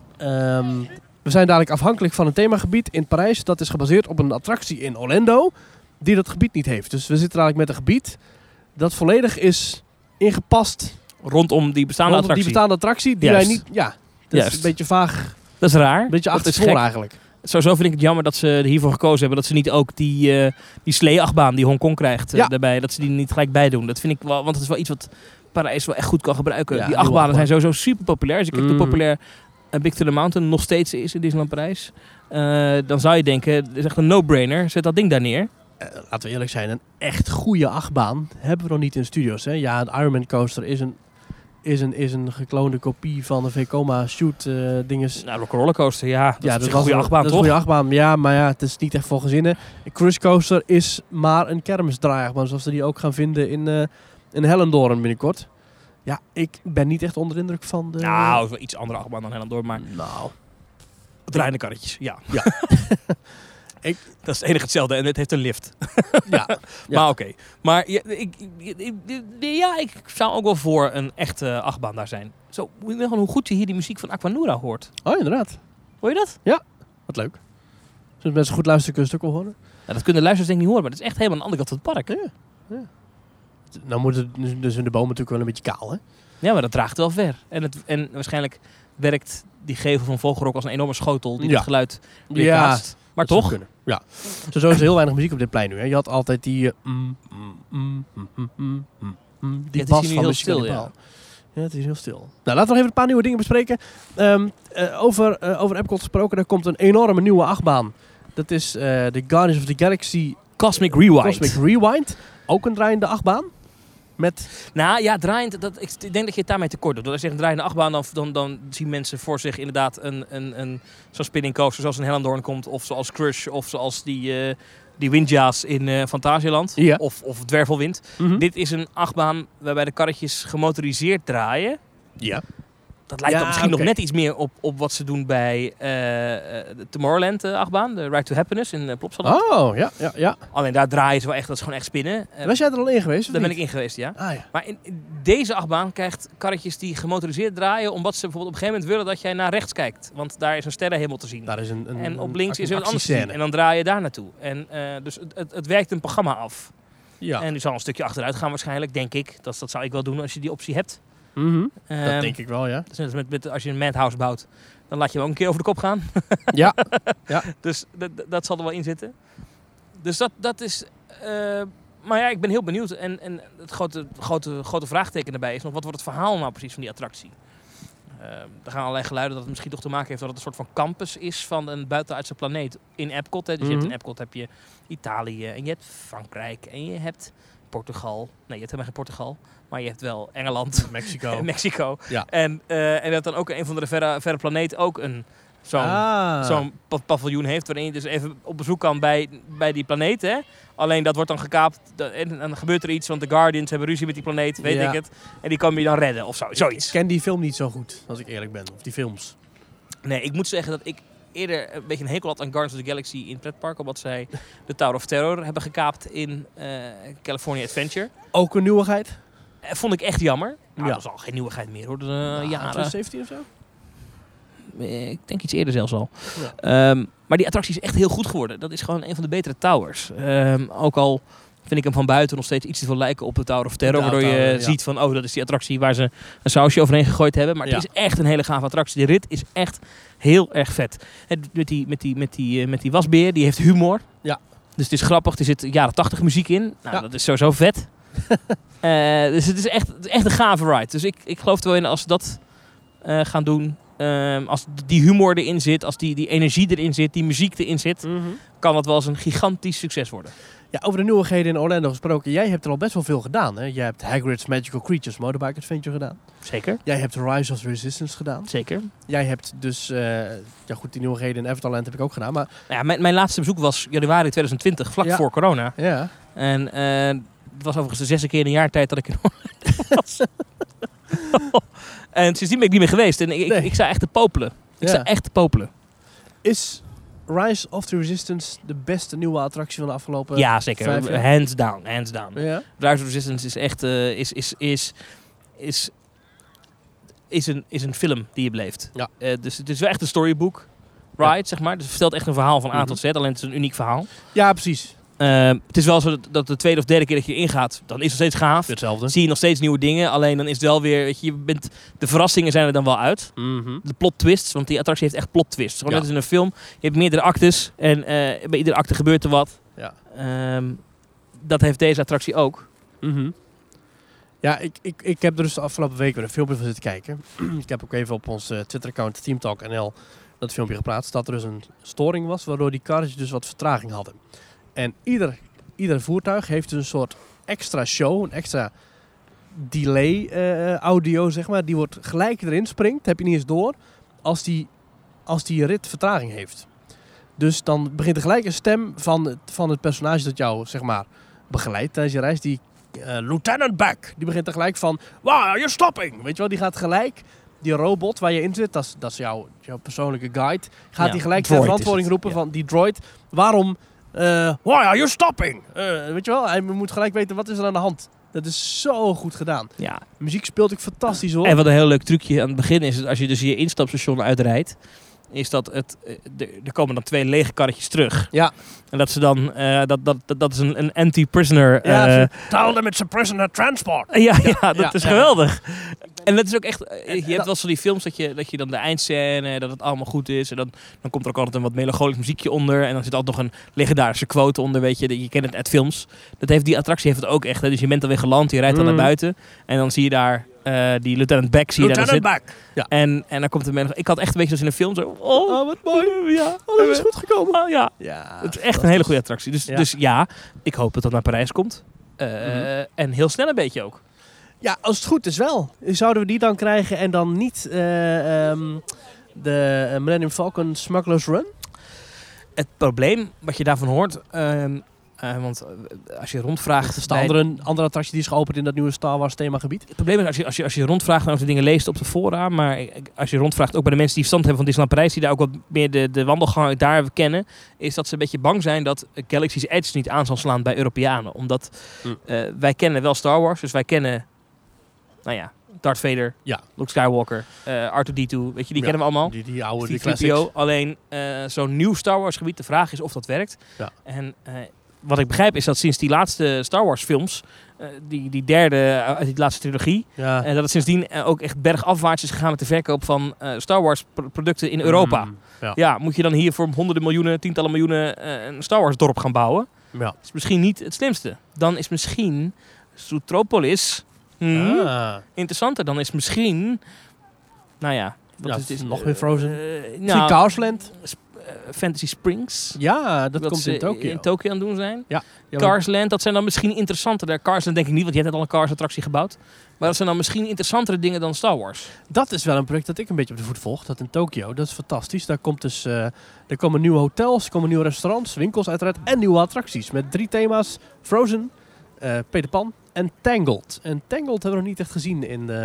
we zijn dadelijk afhankelijk van een themagebied in Parijs. Dat is gebaseerd op een attractie in Orlando die dat gebied niet heeft. Dus we zitten dadelijk met een gebied dat volledig is ingepast rondom die bestaande attractie. Die wij niet... Ja, dat is een beetje vaag. Dat is raar. Een beetje achterstevoren eigenlijk. Sowieso vind ik het jammer dat ze hiervoor gekozen hebben. Dat ze niet ook die slee-achtbaan die Hongkong krijgt daarbij. Dat ze die niet gelijk bij doen. Dat vind ik wel, want het is wel iets wat Parijs wel echt goed kan gebruiken. Ja, die achtbanen zijn sowieso super populair. Als je kijkt hoe populair Big Thunder Mountain nog steeds is in Disneyland Parijs. Dan zou je denken, het is echt een no-brainer. Zet dat ding daar neer. laten we eerlijk zijn, een echt goede achtbaan hebben we nog niet in studio's. Hè? Ja, de Ironman coaster is een gekloonde kopie van de Vekoma shoot dinges. Nou, de rollercoaster, ja. Dat is een goede achtbaan, toch? Dat is een goede achtbaan, ja, maar ja, het is niet echt voor gezinnen. Een cruise coaster is maar een kermisdraaiachtbaan, zoals we die ook gaan vinden in Hellendoorn binnenkort. Ja, ik ben niet echt onder de indruk van de... Nou, het is wel iets andere achtbaan dan Hellendoorn, maar... Nou... Draaiende karretjes, ja. Dat is het enige hetzelfde en het heeft een lift. Ja. Maar oké. Maar ik zou ook wel voor een echte achtbaan daar zijn. Zo, moet je gewoon hoe goed je hier die muziek van Aquanura hoort. Oh, inderdaad. Hoor je dat? Ja, wat leuk. Zullen mensen goed luisteren, kunnen ze het ook wel horen? Ja, dat kunnen de luisteraars denk ik niet horen, maar het is echt helemaal aan de andere kant van het park. Ja. Nou moet het dus in de bomen natuurlijk wel een beetje kaal, hè? Ja, maar dat draagt wel ver. En waarschijnlijk werkt die gevel van Vogelrok als een enorme schotel die het geluid weerkaatst. Ja, maar toch? Ja. Zo is er heel weinig muziek op dit plein nu. Hè. Je had altijd die... die bas van heel stil, ja. Ja, het is heel stil. Nou, laten we nog even een paar nieuwe dingen bespreken. Over Epcot gesproken, er komt een enorme nieuwe achtbaan. Dat is de Guardians of the Galaxy Cosmic Rewind. Cosmic Rewind. Ook een draaiende achtbaan. Nou ja, draaiend, ik denk dat je het daarmee tekort doet. Als je zegt een draaiende achtbaan, dan zien mensen voor zich inderdaad zo'n spinning coaster zoals een Hellendoorn komt. Of zoals Crush, of zoals die Windja's in Fantasieland. Ja. Of Dwervelwind. Mm-hmm. Dit is een achtbaan waarbij de karretjes gemotoriseerd draaien. Ja. Dat lijkt dan misschien nog net iets meer op wat ze doen bij de Tomorrowland achtbaan. De Ride to Happiness in Plopsaland. Oh, ja. Alleen daar draaien ze wel echt, dat is gewoon echt spinnen. Was jij er al in geweest? Daar ben ik in geweest, ja. Ah, ja. Maar in deze achtbaan krijgt karretjes die gemotoriseerd draaien, omdat ze bijvoorbeeld op een gegeven moment willen dat jij naar rechts kijkt. Want daar is een sterrenhemel te zien. Daar is en op links is er wat anders te zien. En dan draai je daar naartoe. En dus het werkt een programma af. Ja. En nu zal een stukje achteruit gaan waarschijnlijk, denk ik. Dat zou ik wel doen als je die optie hebt. Mm-hmm. Dat denk ik wel, ja. Dus net als met als je een madhouse bouwt, dan laat je hem ook een keer over de kop gaan. Ja. Dus dat zal er wel in zitten. Dus dat is... maar ja, ik ben heel benieuwd. En het grote vraagteken daarbij is nog, wat wordt het verhaal nou precies van die attractie? Er gaan allerlei geluiden dat het misschien toch te maken heeft dat het een soort van campus is van een buitenaardse planeet in Epcot. Hè. Dus je hebt in Epcot heb je Italië en je hebt Frankrijk en je hebt Portugal. Nee, je hebt helemaal geen Portugal. Maar je hebt wel Engeland, Mexico. Ja. En dat dan ook een van de verre planeet ook zo'n paviljoen heeft, waarin je dus even op bezoek kan bij die planeet. Hè? Alleen dat wordt dan gekaapt en dan gebeurt er iets, want de Guardians hebben ruzie met die planeet, weet ik het. En die kan je dan redden of zoiets. Ik ken die film niet zo goed, als ik eerlijk ben. Of die films. Nee, ik moet zeggen dat ik eerder een beetje een hekel had aan Guardians of the Galaxy in het pretpark, omdat zij de Tower of Terror hebben gekaapt in California Adventure. Ook een nieuwigheid? Vond ik echt jammer. Nou, dat is al geen nieuwigheid meer hoor. Jaren 2017 of zo? Ik denk iets eerder zelfs al. Ja. Maar die attractie is echt heel goed geworden. Dat is gewoon een van de betere towers. Ook al vind ik hem van buiten nog steeds iets te veel lijken op de Tower of Terror. Waardoor je ziet van, dat is die attractie waar ze een sausje overheen gegooid hebben. Maar het is echt een hele gave attractie. De rit is echt heel erg vet. Met die wasbeer, die heeft humor. Ja. Dus het is grappig. Er zit jaren 80 muziek in. Nou, dat is sowieso vet. Dus het is echt een gave ride. Dus ik geloof er wel in als ze dat gaan doen. Als die humor erin zit, als die energie erin zit, die muziek erin zit, kan dat wel eens een gigantisch succes worden. Ja, over de nieuwigheden in Orlando gesproken. Jij hebt er al best wel veel gedaan. Hè? Jij hebt Hagrid's Magical Creatures Motorbike Adventure gedaan. Zeker. Jij hebt Rise of the Resistance gedaan. Zeker. Jij hebt dus... die nieuwigheden in Avatarland heb ik ook gedaan. Maar... Ja, mijn laatste bezoek was januari 2020, vlak voor corona. Ja. En het was overigens de 6e keer in een jaar tijd dat ik in Orlando was. En sindsdien ben ik niet meer geweest. En ik sta echt te popelen. Is Rise of the Resistance de beste nieuwe attractie van de afgelopen... Ja, zeker. 5 jaar? Hands down. Ja? Rise of the Resistance is echt... is een film die je beleeft. Ja. Dus het is wel echt een storybook ride, zeg maar. Dus het vertelt echt een verhaal van A tot Z. Alleen het is een uniek verhaal. Ja, precies. Het is wel zo dat de tweede of derde keer dat je erin gaat, dan is het steeds gaaf. Hetzelfde. Zie je nog steeds nieuwe dingen. Alleen dan is het wel weer, weet je, de verrassingen zijn er dan wel uit. De plot twists, want die attractie heeft echt plot twists. Gewoon net als in een film. Je hebt meerdere actes en bij iedere acte gebeurt er wat. Ja. Dat heeft deze attractie ook. Ja, ik heb er dus de afgelopen week weer een filmpje van zitten kijken. Ik heb ook even op ons Twitter-account TeamTalk.nl dat filmpje geplaatst. Dat er dus een storing was, waardoor die karretjes dus wat vertraging hadden. En ieder ieder voertuig heeft een soort extra show, een extra delay audio, zeg maar. Die wordt gelijk erin springt, heb je niet eens door, als die rit vertraging heeft. Dus dan begint er gelijk een stem van het personage dat jou, zeg maar, begeleidt tijdens je reis. Die Lieutenant Beck, die begint er gelijk van, why are you stopping? Weet je wel, die gaat gelijk, die robot waar je in zit, dat is jouw persoonlijke guide, gaat die gelijk ter verantwoording roepen van die droid. Waarom, why are you stopping? Weet je wel, hij moet gelijk weten, wat is er aan de hand? Dat is zo goed gedaan. Ja. Muziek speelt ook fantastisch hoor. En wat een heel leuk trucje aan het begin is, als je dus je instapstation uitrijdt, is dat er komen dan 2 lege karretjes terug. Ja. En dat ze dan, dat is een anti-prisoner. Tell them it's a prisoner transport. Dat is geweldig. En dat is ook echt, je hebt wel zo die films dat je dan de eindscène, dat het allemaal goed is. En dan komt er ook altijd een wat melancholisch muziekje onder. En dan zit altijd nog een legendarische quote onder, weet je. Je kent het uit films. Die attractie heeft het ook echt. Hè. Dus je bent alweer geland, je rijdt dan naar buiten. En dan zie je daar die Lieutenant Beck zitten. Ja. En dan komt er ik had echt een beetje zoals in een film zo. Oh, wat mooi. Ja. Dat is goed gekomen. Oh, ja. Het is echt een hele goede attractie. Dus ja, ik hoop dat naar Parijs komt. En heel snel een beetje ook. Ja, als het goed is wel. Zouden we die dan krijgen en dan niet de Millennium Falcon Smuggler's Run? Het probleem wat je daarvan hoort, want als je rondvraagt... Dat is de andere attractie die is geopend in dat nieuwe Star Wars themagebied. Het probleem is als je rondvraagt en over de dingen leest op de fora, maar als je rondvraagt ook bij de mensen die verstand hebben van Disneyland Parijs, die daar ook wat meer de wandelgangen daar kennen, is dat ze een beetje bang zijn dat Galaxy's Edge niet aan zal slaan bij Europeanen. Omdat wij kennen wel Star Wars, dus wij kennen... Nou ja, Darth Vader, Luke Skywalker, R2-D2, weet je, die kennen we allemaal. Die oude, die classics. Alleen zo'n nieuw Star Wars gebied, de vraag is of dat werkt. Ja. En wat ik begrijp is dat sinds die laatste Star Wars films, die derde uit die laatste trilogie, dat het sindsdien ook echt bergafwaarts is gegaan met de verkoop van Star Wars producten in Europa. Moet je dan hier voor honderden miljoenen, tientallen miljoenen een Star Wars dorp gaan bouwen? Ja. Dat is misschien niet het slimste. Dan is misschien Zootropolis... interessanter. Dan is misschien... Nou ja... Wat is nog meer Frozen? Carsland. Fantasy Springs. Ja, dat komt in Tokio. In Tokio aan het doen zijn. Ja. Carsland, dat zijn dan misschien interessanter. Carsland denk ik niet, want je hebt net al een Cars-attractie gebouwd. Maar dat zijn dan misschien interessantere dingen dan Star Wars. Dat is wel een project dat ik een beetje op de voet volg. Dat in Tokio. Dat is fantastisch. Daar komt dus, er komen nieuwe hotels, er komen nieuwe restaurants, winkels uiteraard. En nieuwe attracties. Met 3 thema's. Frozen, Peter Pan en Tangled. En Tangled hebben we nog niet echt gezien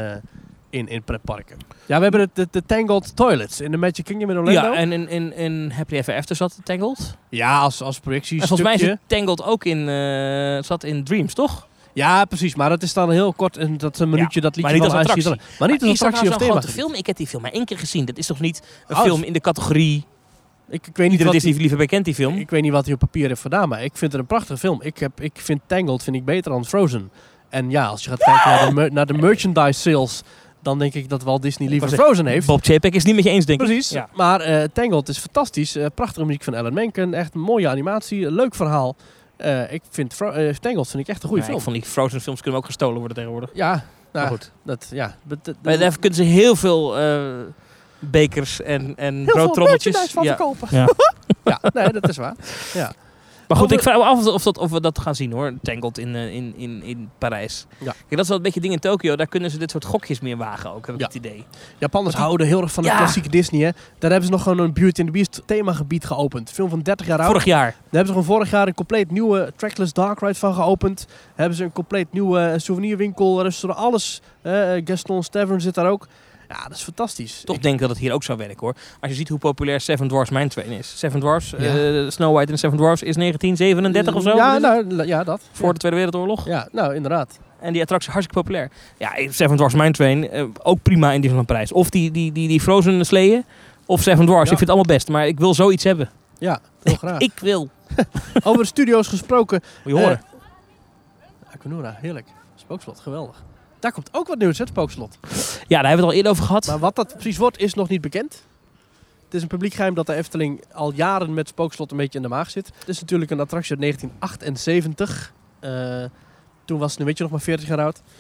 in pretparken. Ja, we hebben de Tangled Toilets in de Magic Kingdom in Orlando. Ja, en in Happily Ever After zat Tangled. Ja, als projectiestukje. En volgens mij zit Tangled ook zat in Dreams, toch? Ja, precies. Maar dat is dan heel kort. En dat is een minuutje dat liedje maar niet als attractie. Maar niet als attractie of thema. Film? Ik heb die film maar 1 keer gezien. Dat is toch niet een film in de categorie... Ik weet niet wat Disney-liefhebber kent die film. Ik weet niet wat hij op papier heeft gedaan, maar ik vind het een prachtige film. Ik vind Tangled beter dan Frozen. En ja, als je gaat kijken naar de merchandise sales, dan denk ik dat Walt Disney liever Frozen heeft. Bob Chapek is niet met je eens, denk ik. Precies. Ja. Maar Tangled is fantastisch. Prachtige muziek van Alan Menken. Echt een mooie animatie. Leuk verhaal. Ik vind Tangled echt een goede film. Ik vond die Frozen films kunnen ook gestolen worden tegenwoordig. Ja, nou, goed. Maar daar kunnen ze heel veel bekers en broodtrommeltjes verkopen. Ja. Ja, nee, dat is waar. Ja. Maar goed, ik vraag me af of we dat gaan zien hoor. Tangled in Parijs. Ja. Kijk, dat is wel een beetje ding in Tokio. Daar kunnen ze dit soort gokjes meer wagen ook, heb ik het idee. Japanners houden heel erg van de klassieke Disney. Hè. Daar hebben ze nog gewoon een Beauty and the Beast themagebied geopend. Film van 30 jaar oud. Vorig jaar. Daar hebben ze gewoon vorig jaar een compleet nieuwe Trackless Dark Ride van geopend. Daar hebben ze een compleet nieuwe souvenirwinkel, restaurant, alles. Gaston's Tavern zit daar ook. Ja, dat is fantastisch. Toch denk dat het hier ook zou werken hoor. Als je ziet hoe populair Seven Dwarfs Mine Train is. Seven Dwarfs, Snow White en Seven Dwarfs is 1937 of zo. Ja, dat. Voor de Tweede Wereldoorlog. Ja, nou inderdaad. En die attractie is hartstikke populair. Ja, Seven Dwarfs Mine Train, ook prima in Disneyland Parijs. Of die Frozen sleeën, of Seven Dwarfs. Ik vind het allemaal best, maar ik wil zoiets hebben. Ja, heel graag. Ik wil. Over de studio's gesproken. Moet je horen. Aquanura, heerlijk. Spookslot, geweldig. Daar komt ook wat nieuws, het Spookslot. Ja, daar hebben we het al eerder over gehad. Maar wat dat precies wordt, is nog niet bekend. Het is een publiek geheim dat de Efteling al jaren met Spookslot een beetje in de maag zit. Het is natuurlijk een attractie uit 1978. Toen was het, weet je, nog maar 40 jaar oud.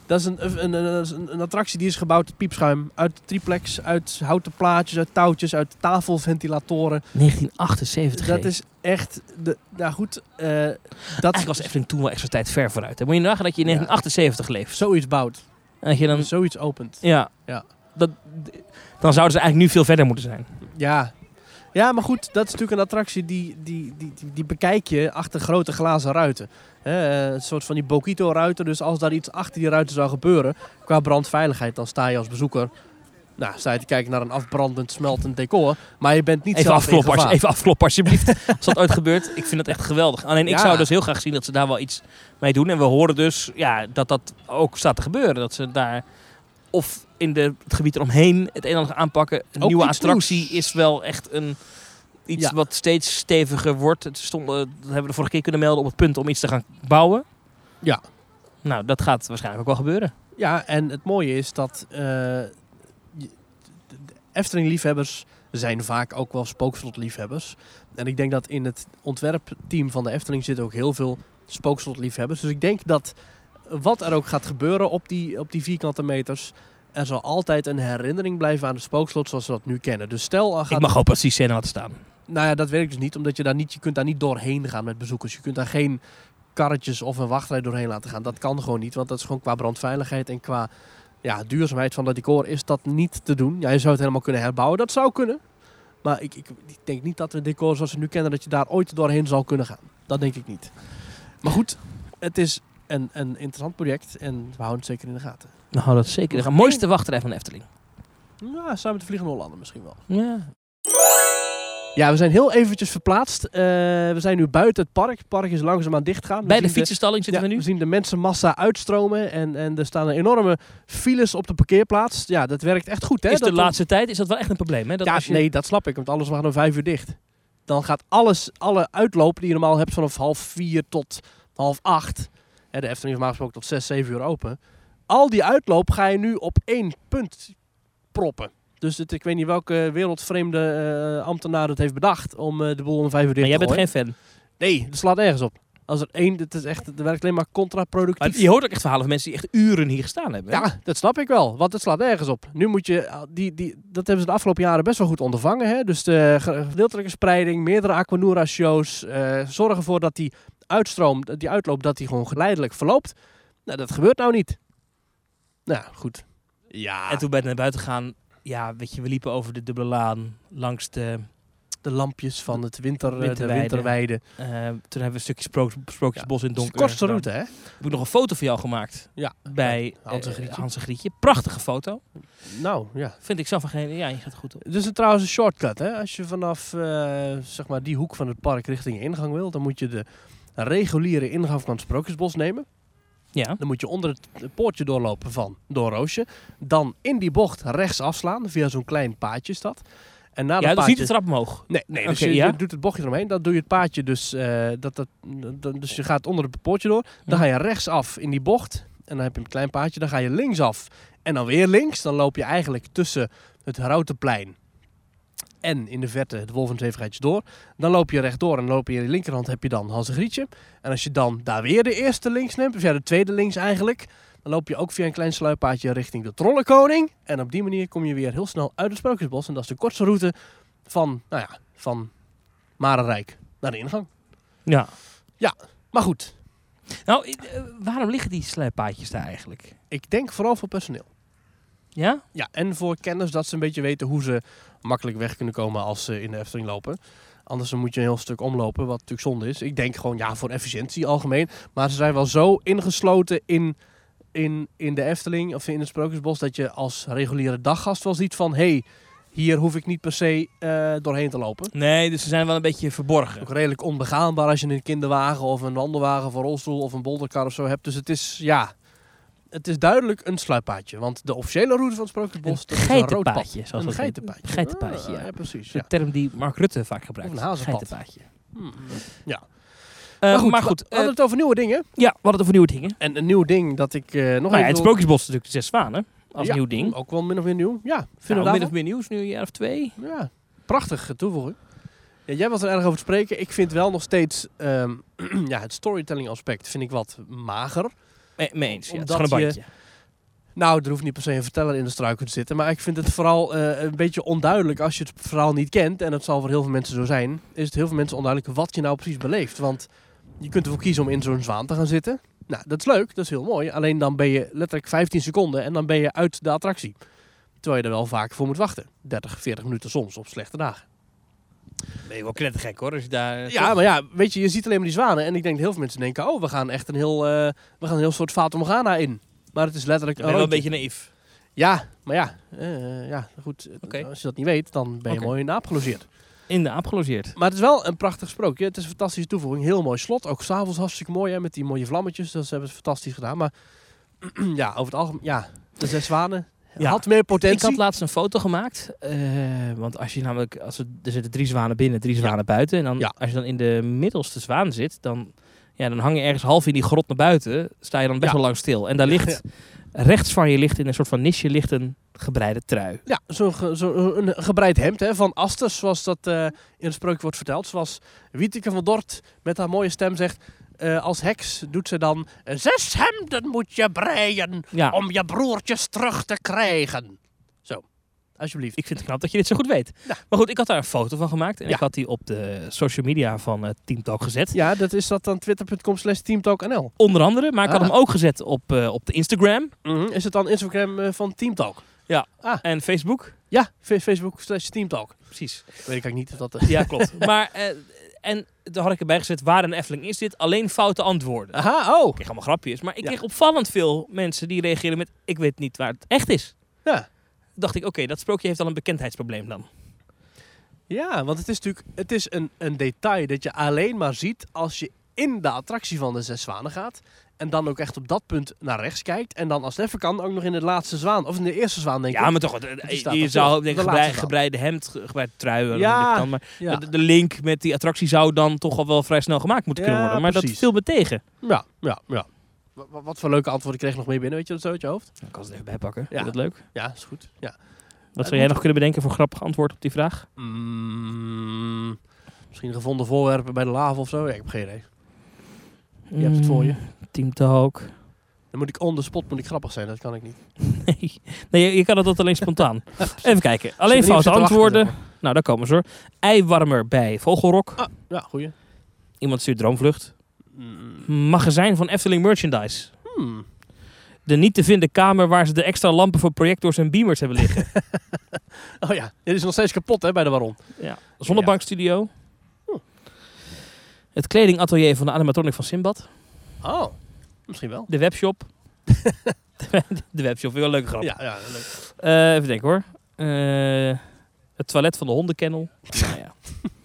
Dat is een attractie die is gebouwd uit piepschuim. Uit triplex, uit houten plaatjes, uit touwtjes, uit tafelventilatoren. 1978. Dat is echt... Eigenlijk was Efteling toen wel extra tijd ver vooruit. Hè? Moet je nagaan dat je in 1978 leeft. Zoiets bouwt. En dat je dan zoiets opent. Ja. Dan zouden ze eigenlijk nu veel verder moeten zijn. Ja. Ja, maar goed, dat is natuurlijk een attractie die bekijk je achter grote glazen ruiten. Een soort van die Bokito-ruiten. Dus als daar iets achter die ruiten zou gebeuren, qua brandveiligheid, dan sta je als bezoeker... Nou, sta je te kijken naar een afbrandend, smeltend decor. Maar je bent niet zelf in gevaar. Even afkloppen alsjeblieft. Als dat ooit gebeurt, ik vind dat echt geweldig. Alleen ik zou dus heel graag zien dat ze daar wel iets mee doen. En we horen dus dat ook staat te gebeuren. Dat ze daar of in het gebied eromheen het een en ander aanpakken. Een nieuwe attractie is wel echt iets wat steeds steviger wordt. Dat hebben we de vorige keer kunnen melden op het punt om iets te gaan bouwen. Ja. Nou, dat gaat waarschijnlijk ook wel gebeuren. Ja, en het mooie is dat... Efteling-liefhebbers zijn vaak ook wel spookslot-liefhebbers. En ik denk dat in het ontwerpteam van de Efteling zitten ook heel veel spookslot-liefhebbers. Dus ik denk dat wat er ook gaat gebeuren op die vierkante meters... er zal altijd een herinnering blijven aan de spookslot zoals we dat nu kennen. Dus stel... Ik mag ook precies scène laten staan. Nou ja, dat werkt dus niet, omdat je kunt daar niet doorheen gaan met bezoekers. Je kunt daar geen karretjes of een wachtrij doorheen laten gaan. Dat kan gewoon niet, want dat is gewoon qua brandveiligheid en qua... duurzaamheid van dat decor is dat niet te doen. Ja, je zou het helemaal kunnen herbouwen. Dat zou kunnen. Maar ik denk niet dat we decor zoals we nu kennen... dat je daar ooit doorheen zal kunnen gaan. Dat denk ik niet. Maar goed, het is een interessant project. En we houden het zeker in de gaten. We houden het zeker. De mooiste wachtrij van de Efteling. Ja, samen met de Vliegende Hollander misschien wel. Ja. Ja, we zijn heel eventjes verplaatst. We zijn nu buiten het park. Het park is langzaamaan dichtgaan. Bij de fietsenstalling zitten we nu. We zien de mensenmassa uitstromen. En er staan enorme files op de parkeerplaats. Ja, dat werkt echt goed. Hè? Is de laatste tijd is dat wel echt een probleem? Hè? Nee, dat snap ik. Want alles mag om 5 uur dicht. Dan gaat alle uitlopen die je normaal hebt vanaf 3:30 tot 7:30. De Efteling is normaal gesproken tot 6, 7 uur open. Al die uitloop ga je nu op 1 punt proppen. Dus ik weet niet welke wereldvreemde ambtenaar het heeft bedacht om de boel om 5 uur dicht te gooien. Maar jij bent geen fan? Nee, dat slaat nergens op. Als er het werkt alleen maar contraproductief. Je hoort ook echt verhalen van mensen die echt uren hier gestaan hebben. Hè? Ja, dat snap ik wel, want het slaat nergens op. Nu moet je, dat hebben ze de afgelopen jaren best wel goed ondervangen. Hè? Dus de gedeeltelijke spreiding, meerdere Aquanura-shows, zorgen ervoor dat die uitstroom, die uitloop, dat die gewoon geleidelijk verloopt. Nou, dat gebeurt nou niet. Nou, goed. Ja. En toen ben ik naar buiten gegaan. Ja, weet je, we liepen over de dubbele laan langs de lampjes van het winterweide. Toen hebben we een stukje Sprookjesbos in het donker. De kortste route, hè? Heb ik nog een foto van jou gemaakt. Ja. Bij Hans en Grietje. Prachtige foto. Nou, ja. Vind ik zelf van geen... Ja, je gaat goed op. Het is trouwens een shortcut, hè? Als je vanaf zeg maar die hoek van het park richting je ingang wil, dan moet je de reguliere ingang van het Sprookjesbos nemen. Ja. Dan moet je onder het poortje doorlopen van Doornroosje. Dan in die bocht rechts afslaan. Via zo'n klein paadje is dat. En na dat paadje... dus niet de trap omhoog? Nee, dus je doet het bochtje eromheen. Dan doe je het paadje dus... dus je gaat onder het poortje door. Dan ga je rechtsaf in die bocht. En dan heb je een klein paadje. Dan ga je linksaf. En dan weer links. Dan loop je eigenlijk tussen het Routenplein en in de verte het Wolvenzeverijtje door. Dan loop je rechtdoor en dan loop je in de linkerhand heb je dan Hans en Grietje. En als je dan daar weer de eerste links neemt, of de tweede links eigenlijk, dan loop je ook via een klein sluippaadje richting de Trollenkoning. En op die manier kom je weer heel snel uit het Sprookjesbos. En dat is de kortste route van Marenrijk naar de ingang. Ja. Ja, maar goed. Nou, waarom liggen die sluippaadjes daar eigenlijk? Ik denk vooral voor personeel. Ja? Ja, en voor kenners dat ze een beetje weten hoe ze makkelijk weg kunnen komen als ze in de Efteling lopen. Anders moet je een heel stuk omlopen, wat natuurlijk zonde is. Ik denk gewoon, voor efficiëntie algemeen. Maar ze zijn wel zo ingesloten in de Efteling of in het Sprookjesbos dat je als reguliere daggast wel ziet van, hier hoef ik niet per se doorheen te lopen. Nee, dus ze zijn wel een beetje verborgen. Ook redelijk onbegaanbaar als je een kinderwagen of een wandelwagen voor rolstoel of een bolderkar of zo hebt. Dus het is, het is duidelijk een sluippaadje. Want de officiële route van het Sprookjesbos is een rood pad. Een geitenpaadje. Geitenpaadje, ja. Precies. Ja. Een term die Mark Rutte vaak gebruikt. Of een hazenpad. Geitenpaadje. Ja. Maar goed, we hadden het over nieuwe dingen. Ja, we hadden het over nieuwe dingen. En een nieuw ding dat ik nog even... het Sprookjesbos is natuurlijk de 6 Zwanen. Als nieuw ding. Ook wel min of meer nieuw. Ja, min of meer nieuws. Nu een jaar of 2. Ja, prachtig toevoeging. Ja, jij was er erg over te spreken. Ik vind wel nog steeds... het storytelling aspect vind ik wat mager. Mee eens, ja. Het is gewoon een bandje. Nou, er hoeft niet per se een verteller in de struiken te zitten. Maar ik vind het vooral een beetje onduidelijk als je het verhaal niet kent. En dat zal voor heel veel mensen zo zijn. Is het heel veel mensen onduidelijk wat je nou precies beleeft. Want je kunt ervoor kiezen om in zo'n zwaan te gaan zitten. Nou, dat is leuk. Dat is heel mooi. Alleen dan ben je letterlijk 15 seconden en dan ben je uit de attractie. Terwijl je er wel vaak voor moet wachten. 30, 40 minuten soms op slechte dagen. Ben je wel knettergek hoor. Als je daar, ja, maar ja, weet je ziet alleen maar die zwanen. En ik denk dat heel veel mensen denken, we gaan echt een heel soort Fata Morgana in. Maar het is letterlijk wel een beetje naïef. Ja, maar goed. Okay. Als je dat niet weet, dan ben je mooi in de aap gelogeerd. In de aap gelogeerd. Maar het is wel een prachtig sprookje. Het is een fantastische toevoeging. Heel mooi slot. Ook s'avonds hartstikke mooi, hè, met die mooie vlammetjes. Dat hebben ze fantastisch gedaan. Maar ja, over het algemeen, de 6 zwanen had meer potentie. Ik had laatst een foto gemaakt. Want als je namelijk, er zitten 3 zwanen binnen, 3 zwanen buiten. En dan, als je dan in de middelste zwaan zit, dan hang je ergens half in die grot naar buiten. Sta je dan best wel lang stil. En daar ligt, rechts van je ligt in een soort van nisje, ligt een gebreide trui. Ja, zo'n gebreid hemd van Aster, zoals dat in het sprookje wordt verteld. Zoals Wieteke van Dort met haar mooie stem zegt. Als heks doet ze dan 6 hemden moet je breien om je broertjes terug te krijgen. Zo, alsjeblieft. Ik vind het knap dat je dit zo goed weet. Ja. Maar goed, ik had daar een foto van gemaakt. En ik had die op de social media van Team Talk gezet. Ja, dat is dat dan twitter.com/teamtalknl. Onder andere, maar ik had hem ook gezet op de Instagram. Is het dan Instagram van Team Talk? Ja, en Facebook? Ja, Facebook/Teamtalk. Precies. Weet ik eigenlijk niet of dat... Ja, klopt. Maar... En daar had ik erbij gezet, waar een Efteling is dit? Alleen foute antwoorden. Aha, Ik kreeg allemaal grapjes. Maar ik kreeg opvallend veel mensen die reageren met... Ik weet niet waar het echt is. Ja. Dacht ik, oké, dat sprookje heeft al een bekendheidsprobleem dan. Ja, want het is natuurlijk een detail dat je alleen maar ziet als je in de attractie van de 6 zwanen gaat. En dan ook echt op dat punt naar rechts kijkt. En dan als het even kan ook nog in de laatste zwaan. Of in de eerste zwaan denk ik. Ja, maar toch. Je zou denken gebreide hemd, gebreide trui. Maar de link met die attractie zou dan toch al wel vrij snel gemaakt moeten kunnen worden. Maar precies. Dat viel me tegen. Ja. Wat voor leuke antwoorden kreeg je nog mee binnen? Weet je dat zo uit je hoofd? Ik kan het even bijpakken. Ja. Vind je dat leuk? Ja, is goed. Ja. Wat zou jij nog kunnen bedenken voor grappig antwoord op die vraag? Misschien gevonden voorwerpen bij de lava of zo? Ja, ik heb geen idee. Je hebt het voor je. Team Talk. Dan moet ik on the spot grappig zijn, dat kan ik niet. Nee, je kan het tot alleen spontaan. Even kijken. Alleen foute antwoorden. Nou, daar komen ze hoor. Eiwarmer bij Vogelrok. Ja, goeie. Iemand stuurt Droomvlucht. Magazijn van Efteling Merchandise. De niet te vinden kamer waar ze de extra lampen voor projectors en beamers hebben liggen. Oh ja, dit is nog steeds kapot hè, bij de Baron. Ja. Zonnebankstudio. Het kledingatelier van de animatronic van Sinbad. Oh, misschien wel. De webshop. De webshop, weer een leuke grap. Ja, leuk. Even denken hoor. Het toilet van de hondenkennel. Nou ja.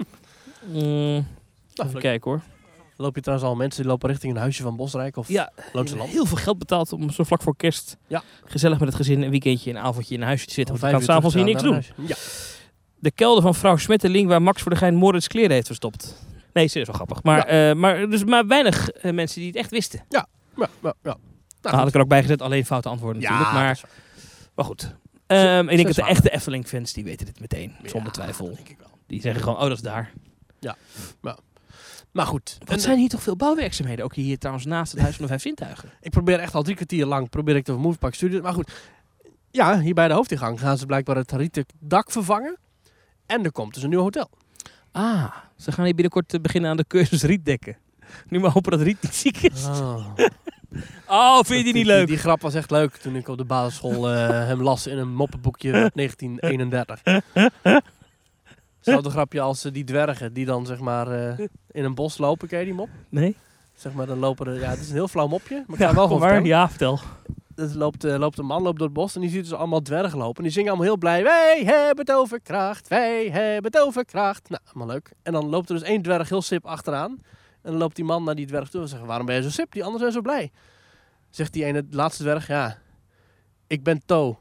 Even kijken hoor. Loop je trouwens al mensen die lopen richting een huisje van Bosrijk of Loonse heel veel geld betaald om zo vlak voor kerst gezellig met het gezin een weekendje, een avondje in een huisje te zitten. Want je kan s'avonds hier niks doen. Ja. De kelder van vrouw Smetteling waar Max voor de gein Moritz kleren heeft verstopt. Nee, serieus wel grappig. Maar, maar weinig mensen die het echt wisten. Ja. Nou, had ik er ook bij gezet, alleen foute antwoorden natuurlijk. Maar goed. Ik denk dat de echte Efteling-fans, die weten dit meteen. Zonder twijfel. Denk ik wel. Die zeggen gewoon, dat is daar. Ja. Maar goed. Wat zijn hier toch veel bouwwerkzaamheden? Ook hier trouwens naast het Huis van de 5 Zintuigen. Ik probeer echt al 3 kwartier lang de Movepark Studio. Maar goed. Ja, hier bij de hoofdingang gaan ze blijkbaar het rieten dak vervangen. En er komt dus een nieuw hotel. Ze gaan hier binnenkort beginnen aan de cursus rietdekken. Nu maar hopen dat Riet niet ziek is. Vind je die niet leuk? Die grap was echt leuk toen ik op de basisschool hem las in een moppenboekje 1931. Hetzelfde grapje als die dwergen die dan zeg maar in een bos lopen. Ken je die mop? Nee. Zeg maar dan lopen er... Ja, het is een heel flauw mopje. Maar ik ga wel gewoon vertellen. Ja, vertel. Dus loopt een man door het bos en die ziet dus allemaal dwergen lopen. En die zingen allemaal heel blij. Wij hebben het over kracht, wij hebben het over kracht. Nou, allemaal leuk. En dan loopt er dus 1 dwerg heel sip achteraan. En dan loopt die man naar die dwerg toe en zegt, waarom ben je zo sip? Die anderen zijn zo blij. Zegt die ene, de laatste dwerg, ja, ik ben To.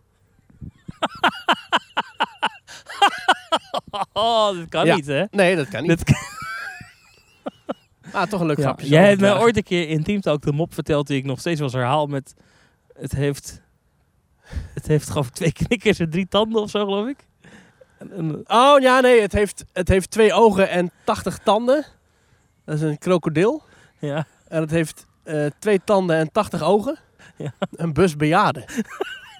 Dat kan niet, hè? Nee, dat kan niet. Toch een leuk grapje. Jij hebt mij ooit een keer in Team Talk de mop verteld die ik nog steeds was herhaal met... Het heeft geloof ik 2 knikkers en 3 tanden of zo, geloof ik. Het heeft 2 ogen en 80 tanden. Dat is een krokodil. Ja. En het heeft 2 tanden en 80 ogen. Ja. Een bus bejaarden.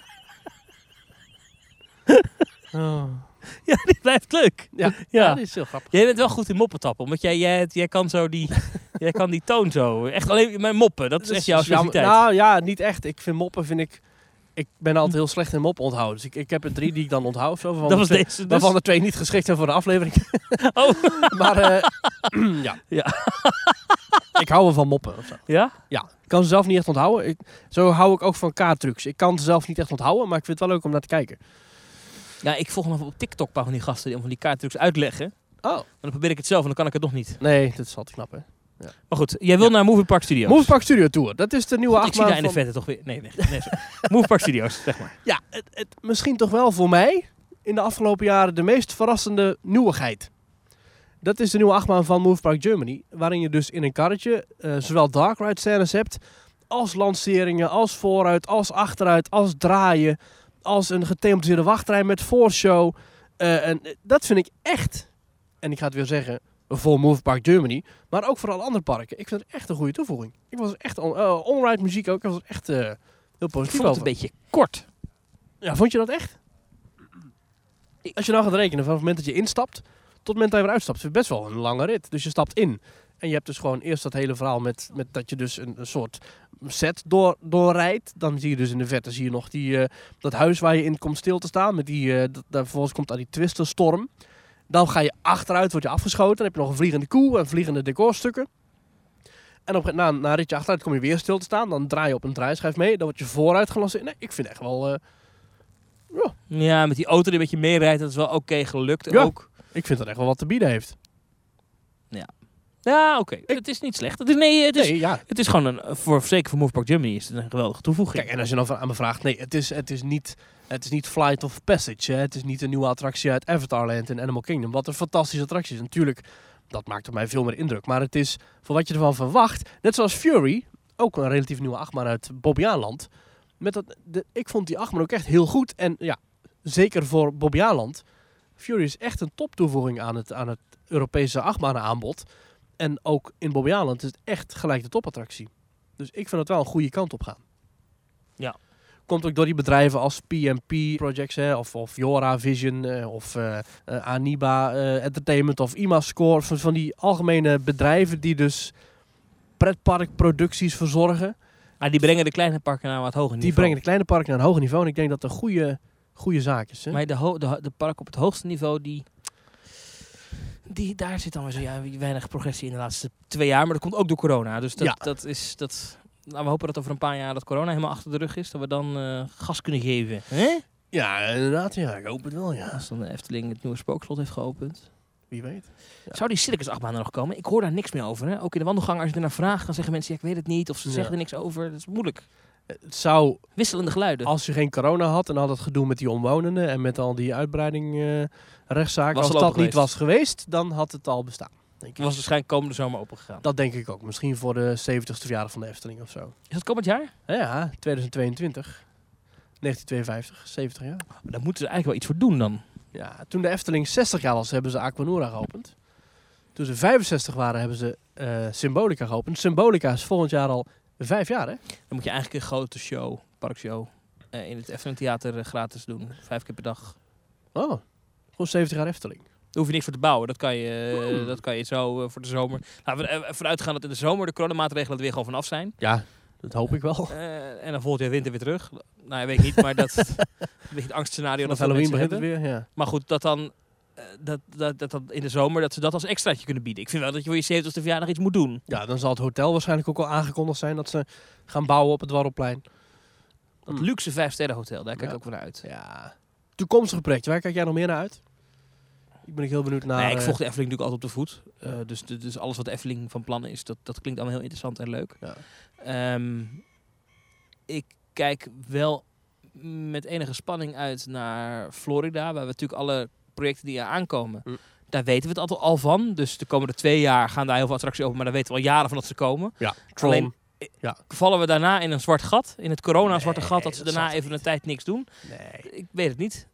Oh. Ja, die blijft leuk. Ja, die is heel grappig. Jij bent wel goed in moppen tappen, omdat jij kan zo jij kan die toon zo. Echt alleen mijn moppen, dat is echt jouw specialiteit. Nou ja, niet echt. Ik vind moppen, ik ben altijd heel slecht in moppen onthouden. Dus ik heb er 3 die ik dan onthoud. Zo, dat was deze dus? Waarvan er 2 niet geschikt zijn voor de aflevering. Oh. Maar ja. Ik hou wel van moppen. Of zo. Ja? Ja. Ik kan ze zelf niet echt onthouden. Zo hou ik ook van kaarttrucs. Ik kan ze zelf niet echt onthouden, maar ik vind het wel leuk om naar te kijken. Ja, ik volg nog op TikTok een paar van die gasten die van die kaarttrucs uitleggen. Oh. En dan probeer ik het zelf en dan kan ik het nog niet. Nee, dat is altijd knap, hè. Ja. Maar goed, jij wil naar Movie Park Studios. Movie Park Studio Tour. Dat is de nieuwe achtbaan. Ik zie daar in de vette toch weer. Nee. Movie Park Studios, zeg maar. Ja, het misschien toch wel voor mij in de afgelopen jaren de meest verrassende nieuwigheid. Dat is de nieuwe achtbaan van Movie Park Germany. Waarin je dus in een karretje zowel dark ride scènes hebt, als lanceringen, als vooruit, als achteruit, als draaien, als een gethematiseerde wachtrij met voorshow. En dat vind ik echt, en ik ga het weer zeggen, voor Movie Park Germany, maar ook voor alle andere parken. Ik vind het echt een goede toevoeging. Ik was echt on-ride muziek ook. Ik was echt heel positief. Ik vond het een beetje kort. Ja, vond je dat echt? Als je nou gaat rekenen van het moment dat je instapt tot het moment dat je weer uitstapt, is het best wel een lange rit. Dus je stapt in en je hebt dus gewoon eerst dat hele verhaal met dat je dus een soort set doorrijdt. Dan zie je dus in de verte nog dat huis waar je in komt stil te staan. Met vervolgens komt daar die twisterstorm. Dan ga je achteruit, word je afgeschoten. Dan heb je nog een vliegende koe en vliegende decorstukken. En na een ritje achteruit kom je weer stil te staan. Dan draai je op een draaischijf mee. Dan word je vooruit gelanceerd. Nee, ik vind het echt wel... Ja, met die auto die met je meerijdt, dat is wel oké gelukt. Ja, ook. Ik vind dat echt wel wat te bieden heeft. Ja, oké. Het is niet slecht. Het is gewoon zeker voor Movie Park Germany is het een geweldige toevoeging. Kijk, en als je dan aan me vraagt, nee, het is niet Flight of Passage. Hè? Het is niet een nieuwe attractie uit Avatarland en Animal Kingdom. Wat een fantastische attractie is. Natuurlijk, dat maakt op mij veel meer indruk. Maar het is voor wat je ervan verwacht. Net zoals Fury, ook een relatief nieuwe achtbaan uit Bobbejaanland. Ik vond die achtbaan ook echt heel goed. En ja, zeker voor Bobbejaanland. Fury is echt een top toevoeging aan het Europese achtbanenaanbod. En ook in Bobbejaanland is het echt gelijk de topattractie. Dus ik vind het wel een goede kant op gaan. Ja. Komt ook door die bedrijven als PMP Projects, of Jora Vision, of Aniba Entertainment of IMAScore. Van die algemene bedrijven die dus pretparkproducties verzorgen. Die brengen de kleine parken naar een wat hoger niveau. Die brengen de kleine parken naar een hoger niveau. En ik denk dat dat een goede zaak is. Hè? Maar de park op het hoogste niveau, daar zit dan weer zo weinig progressie in de laatste 2 jaar. Maar dat komt ook door corona. Dus we hopen dat over een paar jaar dat corona helemaal achter de rug is. Dat we dan gas kunnen geven. Hè? Ja, inderdaad. Ja, ik hoop het wel, ja. Als dan de Efteling het nieuwe spookslot heeft geopend. Wie weet. Ja. Zou die circusachtbaan er nog komen? Ik hoor daar niks meer over. Hè? Ook in de wandelgang, als je er naar vraagt, dan zeggen mensen, ik weet het niet. Of ze zeggen er niks over. Dat is moeilijk. Het zou... Wisselende geluiden. Als je geen corona had en al dat gedoe met die omwonenden en met al die uitbreiding rechtszaken. Als dat niet was geweest, dan had het al bestaan. Het was waarschijnlijk komende zomer opengegaan. Dat denk ik ook. Misschien voor de 70ste verjaardag van de Efteling of zo. Is dat komend jaar? Ja, 2022. 1952, 70 jaar. Maar daar moeten ze eigenlijk wel iets voor doen dan. Ja, toen de Efteling 60 jaar was, hebben ze Aquanura geopend. Toen ze 65 waren, hebben ze Symbolica geopend. Symbolica is volgend jaar al 5 jaar, hè? Dan moet je eigenlijk een grote show, parkshow, in het Efteling Theater gratis doen. 5 keer per dag. Oh, gewoon 70 jaar Efteling. Daar hoef je niks voor te bouwen. Dat kan je zo voor de zomer. Laten we ervan uitgaan dat in de zomer de coronamaatregelen er weer gewoon vanaf zijn. Ja, dat hoop ik wel. En dan volgend jaar winter weer terug. Nou, ik weet niet, maar dat is een beetje het angstscenario. Dat Halloween begint het weer, ja. Maar goed, dat dan in de zomer dat ze dat als extraatje kunnen bieden. Ik vind wel dat je voor je 70ste verjaardag iets moet doen. Ja, dan zal het hotel waarschijnlijk ook al aangekondigd zijn dat ze gaan bouwen op het Warrelplein. Dat luxe 5-sterren hotel, daar kijk ik ook weer naar uit. Ja. Toekomstige projecten, waar kijk jij nog meer naar uit? Ik ben heel benieuwd naar... Nee, ik volg de Efteling natuurlijk altijd op de voet. Dus alles wat de Efteling van plannen is, dat klinkt allemaal heel interessant en leuk. Ja. Ik kijk wel met enige spanning uit naar Florida, waar we natuurlijk alle projecten die er aankomen, daar weten we het al van. Dus de komende 2 jaar gaan daar heel veel attracties open, maar daar weten we al jaren van dat ze komen. Ja, alleen vallen we daarna in een zwart gat, in het corona-zwarte gat, dat ze daarna even een tijd niks doen? Nee. Ik weet het niet.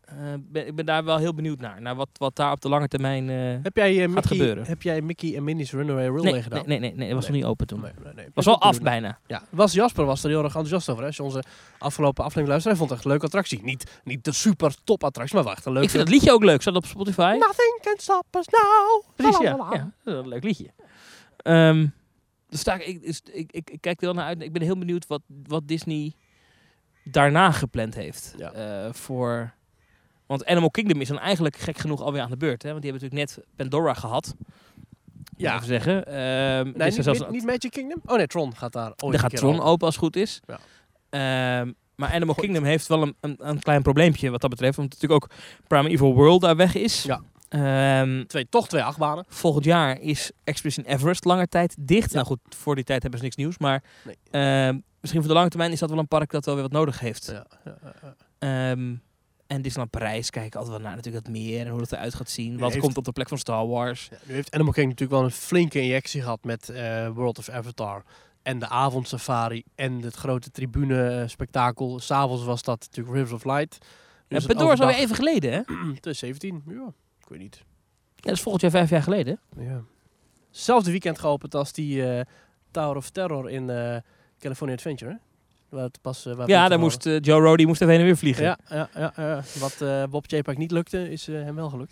Ik ben daar wel heel benieuwd naar wat daar op de lange termijn gaat gebeuren. Heb jij Mickey en Minnie's Runaway Railway gedaan? Nee, het was nog niet open toen. Nee. Was wel af bijna. Ja, Jasper was er heel erg enthousiast over. Als je onze afgelopen aflevering luisterde, hij vond het echt een leuke attractie. Niet de super top attractie, maar wel echt een leuke... Ik vind het liedje ook leuk. Staat op Spotify. Nothing can stop us now. Precies, ja. Dat is een leuk liedje. Dus ik kijk er wel naar uit. Ik ben heel benieuwd wat Disney daarna gepland heeft. Ja. Want Animal Kingdom is dan eigenlijk gek genoeg alweer aan de beurt. Hè? Want die hebben natuurlijk net Pandora gehad. Ja. Even zeggen. Niet Magic Kingdom? Oh nee, Tron gaat daar ooit. Daar gaat Tron open als het goed is. Ja. Maar Animal Kingdom heeft wel een klein probleempje wat dat betreft. Omdat natuurlijk ook Primeval World daar weg is. Ja. Twee achtbanen. Volgend jaar is Expedition Everest langer tijd dicht. Ja. Nou goed, voor die tijd hebben ze niks nieuws. Maar misschien voor de lange termijn is dat wel een park dat wel weer wat nodig heeft. Ja. En Disneyland Parijs kijken altijd wel naar natuurlijk het meer en hoe het eruit gaat zien. Wat komt op de plek van Star Wars. Ja, nu heeft Animal Kingdom natuurlijk wel een flinke injectie gehad met World of Avatar. En de avondsafari en het grote tribune-spektakel. S'avonds was dat natuurlijk Rivers of Light. Dus Pandora is alweer even geleden, hè? 2017, ja. Ik weet niet. Ja, dat is volgend jaar 5 jaar geleden. Ja. Hetzelfde weekend geopend als die Tower of Terror in California Adventure, hè? Daar moest Joe Rohde even heen en weer vliegen. Ja. Wat Bob Chapek niet lukte, is hem wel gelukt.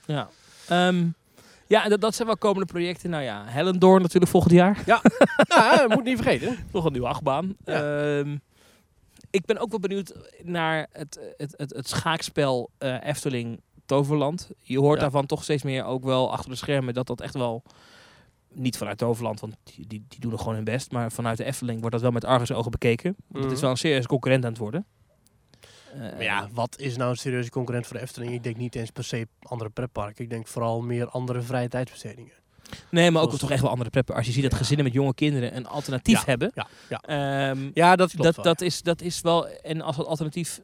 Ja. Dat zijn wel komende projecten. Nou ja, Hellendoorn natuurlijk volgend jaar. Ja, moet niet vergeten. Nog een nieuwe achtbaan. Ja. Ik ben ook wel benieuwd naar het schaakspel Efteling Toverland. Je hoort daarvan toch steeds meer ook wel achter de schermen dat echt wel... Niet vanuit Toverland, want die doen er gewoon hun best. Maar vanuit de Efteling wordt dat wel met argusogen bekeken. Want het is wel een serieuze concurrent aan het worden. Maar wat is nou een serieuze concurrent voor de Efteling? Ik denk niet eens per se andere pretparken. Ik denk vooral meer andere vrije tijdsbestedingen. Nee, maar ook toch echt wel andere pretparken. Als je ziet dat gezinnen met jonge kinderen een alternatief hebben. Dat is wel... En als het alternatief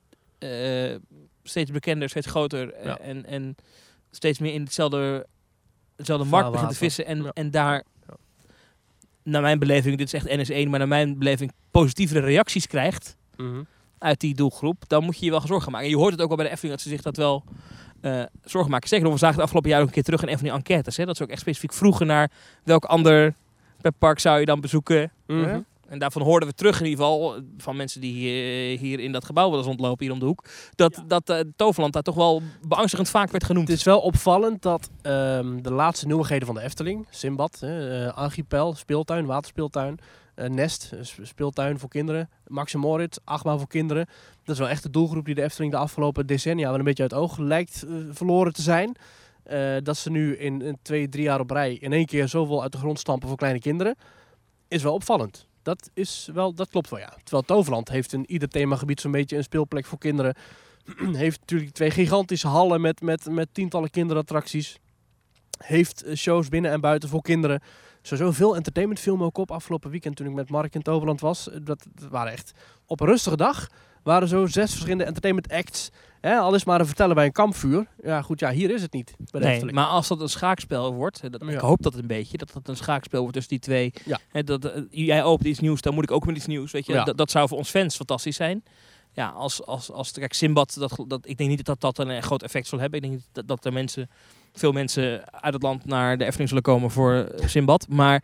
steeds bekender, steeds groter en steeds meer in hetzelfde markt begint te vissen en daar, naar mijn beleving, dit is echt NS1, maar naar mijn beleving positievere reacties krijgt uit die doelgroep, dan moet je je wel zorgen maken. En je hoort het ook wel bij de Efteling dat ze zich dat wel zorgen maken. Zeker, we zagen het afgelopen jaar ook een keer terug in een van die enquêtes. Hè, dat ze ook echt specifiek vroegen naar welk ander pretpark zou je dan bezoeken. En daarvan hoorden we terug in ieder geval van mensen die hier in dat gebouw willen rondlopen, hier om de hoek. Dat Toverland daar toch wel beangstigend vaak werd genoemd. Het is wel opvallend dat de laatste nieuwigheden van de Efteling, Simbad, Archipel, speeltuin, waterspeeltuin, Nest, speeltuin voor kinderen, Max & Moritz, achtbaan voor kinderen. Dat is wel echt de doelgroep die de Efteling de afgelopen decennia wel een beetje uit het oog lijkt verloren te zijn. Dat ze nu in 2-3 jaar op rij in één keer zoveel uit de grond stampen voor kleine kinderen, is wel opvallend. Dat klopt wel, ja. Terwijl Toverland heeft in ieder themagebied zo'n beetje een speelplek voor kinderen. Heeft natuurlijk 2 gigantische hallen met tientallen kinderattracties. Heeft shows binnen en buiten voor kinderen. Sowieso veel entertainmentfilmen ook op. Afgelopen weekend toen ik met Mark in Toverland was. Dat waren echt op een rustige dag. Waren zo 6 verschillende entertainment acts. Al is maar een vertellen bij een kampvuur. Ja goed, hier is het niet. Bij de Efteling. Maar als dat een schaakspel wordt, ik hoop dat het een beetje, dat een schaakspel wordt tussen die twee. Ja. Jij opent iets nieuws, dan moet ik ook met iets nieuws. Weet je? Ja. Dat zou voor ons fans fantastisch zijn. Ja, kijk, Simbad, ik denk niet dat een groot effect zal hebben. Ik denk niet dat veel mensen uit het land naar de Efteling zullen komen voor Simbad. Maar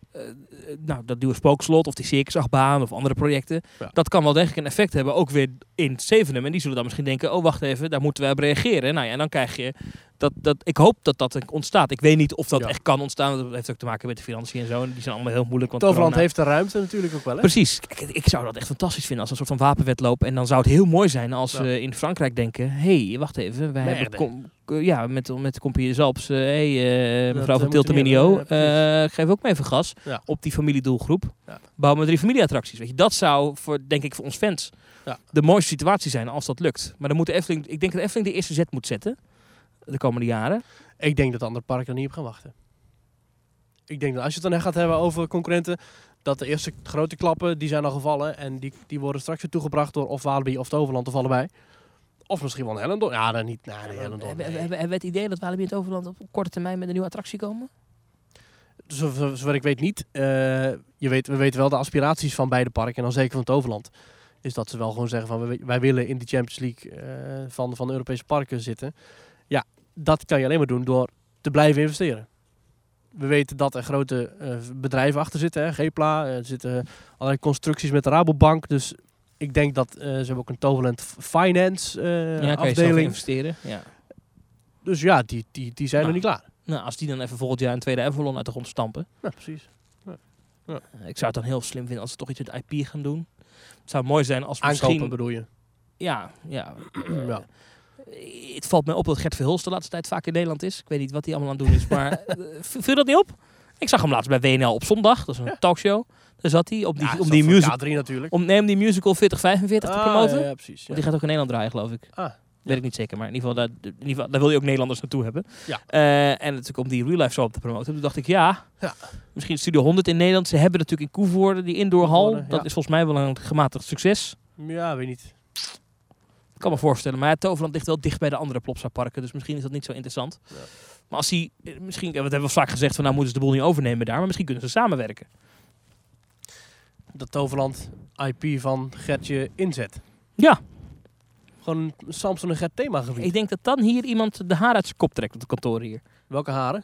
dat nieuwe Spookslot of die circusachtbaan of andere projecten. Ja. Dat kan wel degelijk een effect hebben, ook weer in Zevenum. En die zullen dan misschien denken, oh wacht even, daar moeten we op reageren. Nou ja, en dan krijg je ik hoop dat ontstaat. Ik weet niet of dat echt kan ontstaan. Dat heeft ook te maken met de financiën en zo. En die zijn allemaal heel moeilijk. Want Toverland heeft de ruimte natuurlijk ook wel. Hè? Precies. Kijk, ik zou dat echt fantastisch vinden als een soort van wapenwedloop. En dan zou het heel mooi zijn als we in Frankrijk denken, hey, wacht even, wij hebben met de Compagnie des Alpes, mevrouw van Tilterminio, geef ook maar even gas op die familiedoelgroep. Ja. Bouw maar 3 familieattracties. Weet je, dat zou denk ik voor ons fans de mooiste situatie zijn als dat lukt. Maar dan moet ik denk dat de Efteling de eerste zet moet zetten de komende jaren. Ik denk dat andere parken er niet op gaan wachten. Ik denk dat als je het dan gaat hebben over concurrenten, dat de eerste grote klappen, die zijn al gevallen. En die worden straks weer toegebracht door of Walibi of Toverland of allebei. Of misschien wel een Hellendoorn. Ja, dan niet. Hellendoorn. Hebben we het idee dat Walibi en Toverland op korte termijn met een nieuwe attractie komen? Zover ik weet niet. We weten wel de aspiraties van beide parken en dan zeker van Toverland. is dat ze wel gewoon zeggen van wij willen in de Champions League van de Europese parken zitten. Ja, dat kan je alleen maar doen door te blijven investeren. We weten dat er grote bedrijven achter zitten. Hè? Gepla, er zitten allerlei constructies met de Rabobank. Dus ik denk dat ze hebben ook een Toverland Finance afdeling. Kan je investeren. Ja. Dus ja, die zijn nog niet klaar. Nou, als die dan even volgend jaar een tweede Avalon uit de grond stampen. Ja, precies. Ja. Ik zou het dan heel slim vinden als ze toch iets met IP gaan doen. Het zou mooi zijn als we aankopen misschien... bedoel je? Ja. Ja. Het valt mij op dat Gert Verhulst de laatste tijd vaak in Nederland is. Ik weet niet wat hij allemaal aan het doen is, maar viel je dat niet op? Ik zag hem laatst bij WNL op zondag. Dat is een talkshow. Daar zat hij om die musical. K3 natuurlijk. Om die musical 4045 te promoten. Ja, precies. Ja. Die gaat ook in Nederland draaien, geloof ik. Weet ik niet zeker, maar in ieder geval daar wil je ook Nederlanders naartoe hebben. Ja. En natuurlijk om die real life soap te promoten. Toen dacht ik, misschien Studio 100 in Nederland. Ze hebben natuurlijk in Koevoorde die indoorhal. Dat is volgens mij wel een gematigd succes. Ja, weet niet. Ik kan me voorstellen, maar Toverland ligt wel dicht bij de andere Plopsa-parken. Dus misschien is dat niet zo interessant. Ja. Maar als die, misschien, dat hebben we vaak gezegd, van nou moeten ze de boel niet overnemen daar. Maar misschien kunnen ze samenwerken. Dat Toverland IP van Gertje inzet. Ja. Gewoon een Samson en Gert themagebied. Ik denk dat dan hier iemand de haar uit zijn kop trekt op het kantoor hier. Welke haren?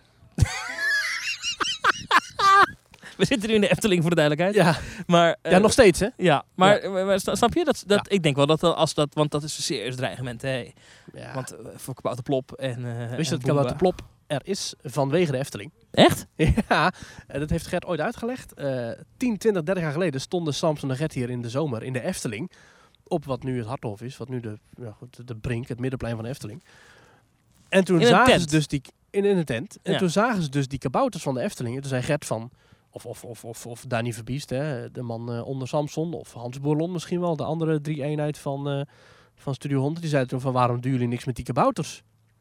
We zitten nu in de Efteling voor de duidelijkheid. Ja, maar, nog steeds hè? Ja, maar snap je? Dat ik denk wel dat als dat, want dat is een serieus dreigement. Hè. Ja. Want voor Kabouter Plop en wist je dat Kabouter Plop er is vanwege de Efteling? Echt? Ja, dat heeft Gert ooit uitgelegd. 10, 20, 30 jaar geleden stonden Samson en Gert hier in de zomer in de Efteling. Op wat nu het Harthof is, wat nu de Brink, het middenplein van de Efteling. En toen zagen ze dus in een tent. En toen zagen ze dus die kabouters van de Efteling. En toen zei Gert van, of Dani Verbiest, hè, de man onder Samson, of Hans Boerlon misschien wel, de andere 3-eenheid van Studio 100. Die zeiden toen van, waarom doen jullie niks met die kabouters?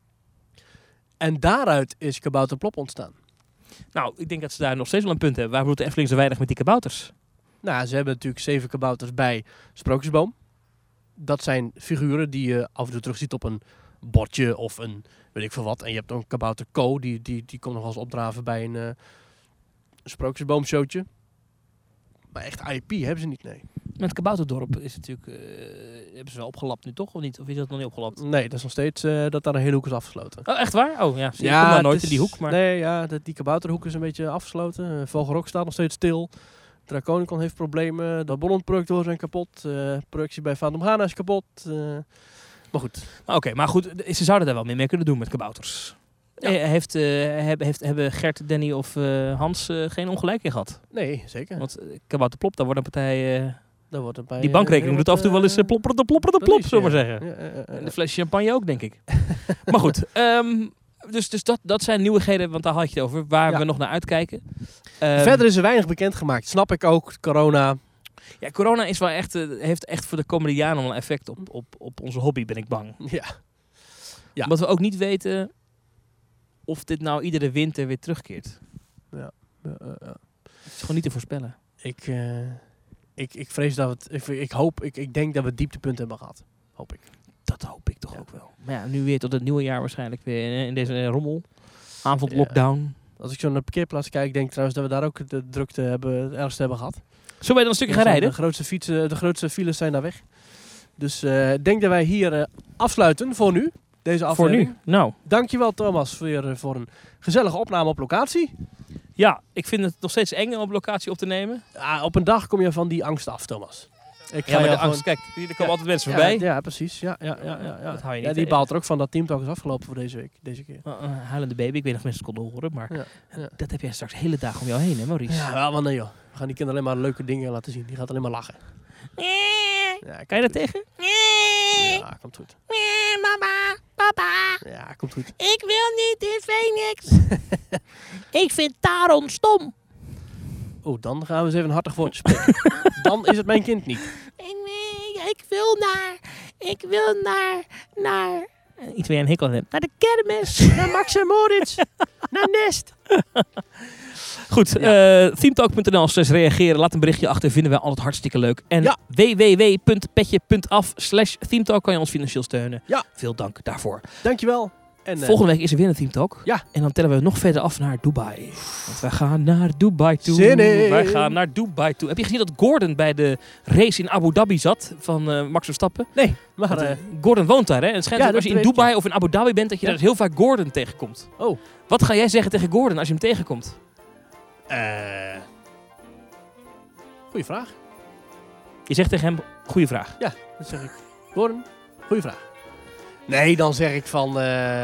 En daaruit is Kabouter Plop ontstaan. Nou, ik denk dat ze daar nog steeds wel een punt hebben. Waarom doet de Efteling zo weinig met die kabouters? Nou, ze hebben natuurlijk 7 kabouters bij Sprookjesboom. Dat zijn figuren die je af en toe terug ziet op een bordje of een weet ik veel wat. En je hebt een kabouter Co, die komt nog wel eens opdraven bij een Sprookjesboom-showtje. Maar echt IP hebben ze niet, nee. Met Kabouterdorp is natuurlijk, hebben ze wel opgelapt nu toch, of niet? Of is dat nog niet opgelapt? Nee, dat is nog steeds dat daar een hele hoek is afgesloten. Oh, echt waar? Oh ja, ik kom daar nooit in die hoek. Maar... Nee, ja, die kabouterhoek is een beetje afgesloten. Vogelrok staat nog steeds stil. Draconicon heeft problemen. De Ballonprojectoren zijn kapot. Projectie bij Fandom Ghana is kapot. Maar goed. Oké, maar goed, ze zouden daar wel mee kunnen doen met kabouters. Ja. Hebben Gert, Danny of Hans geen ongelijk in gehad? Nee, zeker. Want Kabouter Plop, daar wordt een partij... die bankrekening doet af en toe wel eens plopper de plop, zullen we maar zeggen. En de fles champagne ook, denk ik. Maar goed, dus dat zijn nieuwigheden, want daar had je het over, waar we nog naar uitkijken. Verder is er weinig bekendgemaakt, snap ik ook. Corona. Ja, corona is wel echt, heeft echt voor de komende jaren nog een effect op onze hobby, ben ik bang. Ja. Omdat we ook niet weten of dit nou iedere winter weer terugkeert. Ja. Het is gewoon niet te voorspellen. Ik vrees dat ik denk dat we het dieptepunt hebben gehad. Hoop ik. Dat hoop ik toch ook wel. Maar ja, nu weer tot het nieuwe jaar waarschijnlijk weer in deze rommel. Avond lockdown. Als ik zo naar de parkeerplaats kijk, denk ik trouwens dat we daar ook de drukte het ergste hebben gehad. Zullen wij dan een stukje gaan rijden? De grootste files zijn daar weg. Dus ik denk dat wij hier afsluiten voor nu. Deze aflevering. Voor nu? Nou. Dankjewel Thomas voor een gezellige opname op locatie. Ja, ik vind het nog steeds eng om op locatie op te nemen. Op een dag kom je van die angst af, Thomas. Angst, kijk, er komen altijd mensen voorbij. Ja, precies. Ja. Dat hou je niet die baalt er ook van dat Teamtalk is afgelopen voor deze keer. Huilende baby, ik weet nog mensen het konden horen, maar dat heb jij straks de hele dag om jou heen, hè Maurice? Ja, maar nee joh. We gaan die kinderen alleen maar leuke dingen laten zien. Die gaat alleen maar lachen. Ja, kan je dat tegen? Ja, komt goed. Mama, papa. Ja, komt goed. Ik wil niet in Phoenix. Ik vind Taron stom. Dan gaan we eens even een hartig woordje spreken. Dan is het mijn kind niet. Ik wil naar... Iets waar je een hekel hebt. Naar de kermis. Naar Max en Moritz. Naar Nest. Goed, themetalk.nl/reageren. Laat een berichtje achter, vinden wij altijd hartstikke leuk. En www.petje.af/themetalk kan je ons financieel steunen. Ja. Veel dank daarvoor. Dankjewel. En, volgende week is er weer een Team Talk. Ja. En dan tellen we nog verder af naar Dubai. Want wij gaan naar Dubai toe. Wij gaan naar Dubai toe. Heb je gezien dat Gordon bij de race in Abu Dhabi zat van Max Verstappen? Nee, maar... Gordon woont daar, hè? En het schijnt dat als je in Dubai of in Abu Dhabi bent, dat je daar heel vaak Gordon tegenkomt. Oh. Wat ga jij zeggen tegen Gordon als je hem tegenkomt? Goeie vraag. Je zegt tegen hem, goeie vraag. Ja, dan zeg ik, Gordon, goeie vraag. Nee, dan zeg ik van,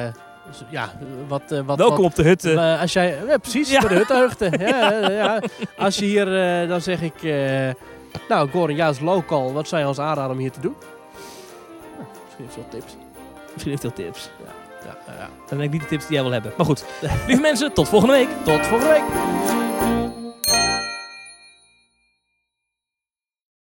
welkom op de hut. Als jij, precies, bij de huttenheugde. ja. Als je hier, dan zeg ik, nou Gordon, ja, is local. Wat zou je ons aanraden om hier te doen? Misschien heeft hij veel tips. Ja. Dan denk ik niet de tips die jij wil hebben. Maar goed, lieve mensen, tot volgende week. Tot volgende week.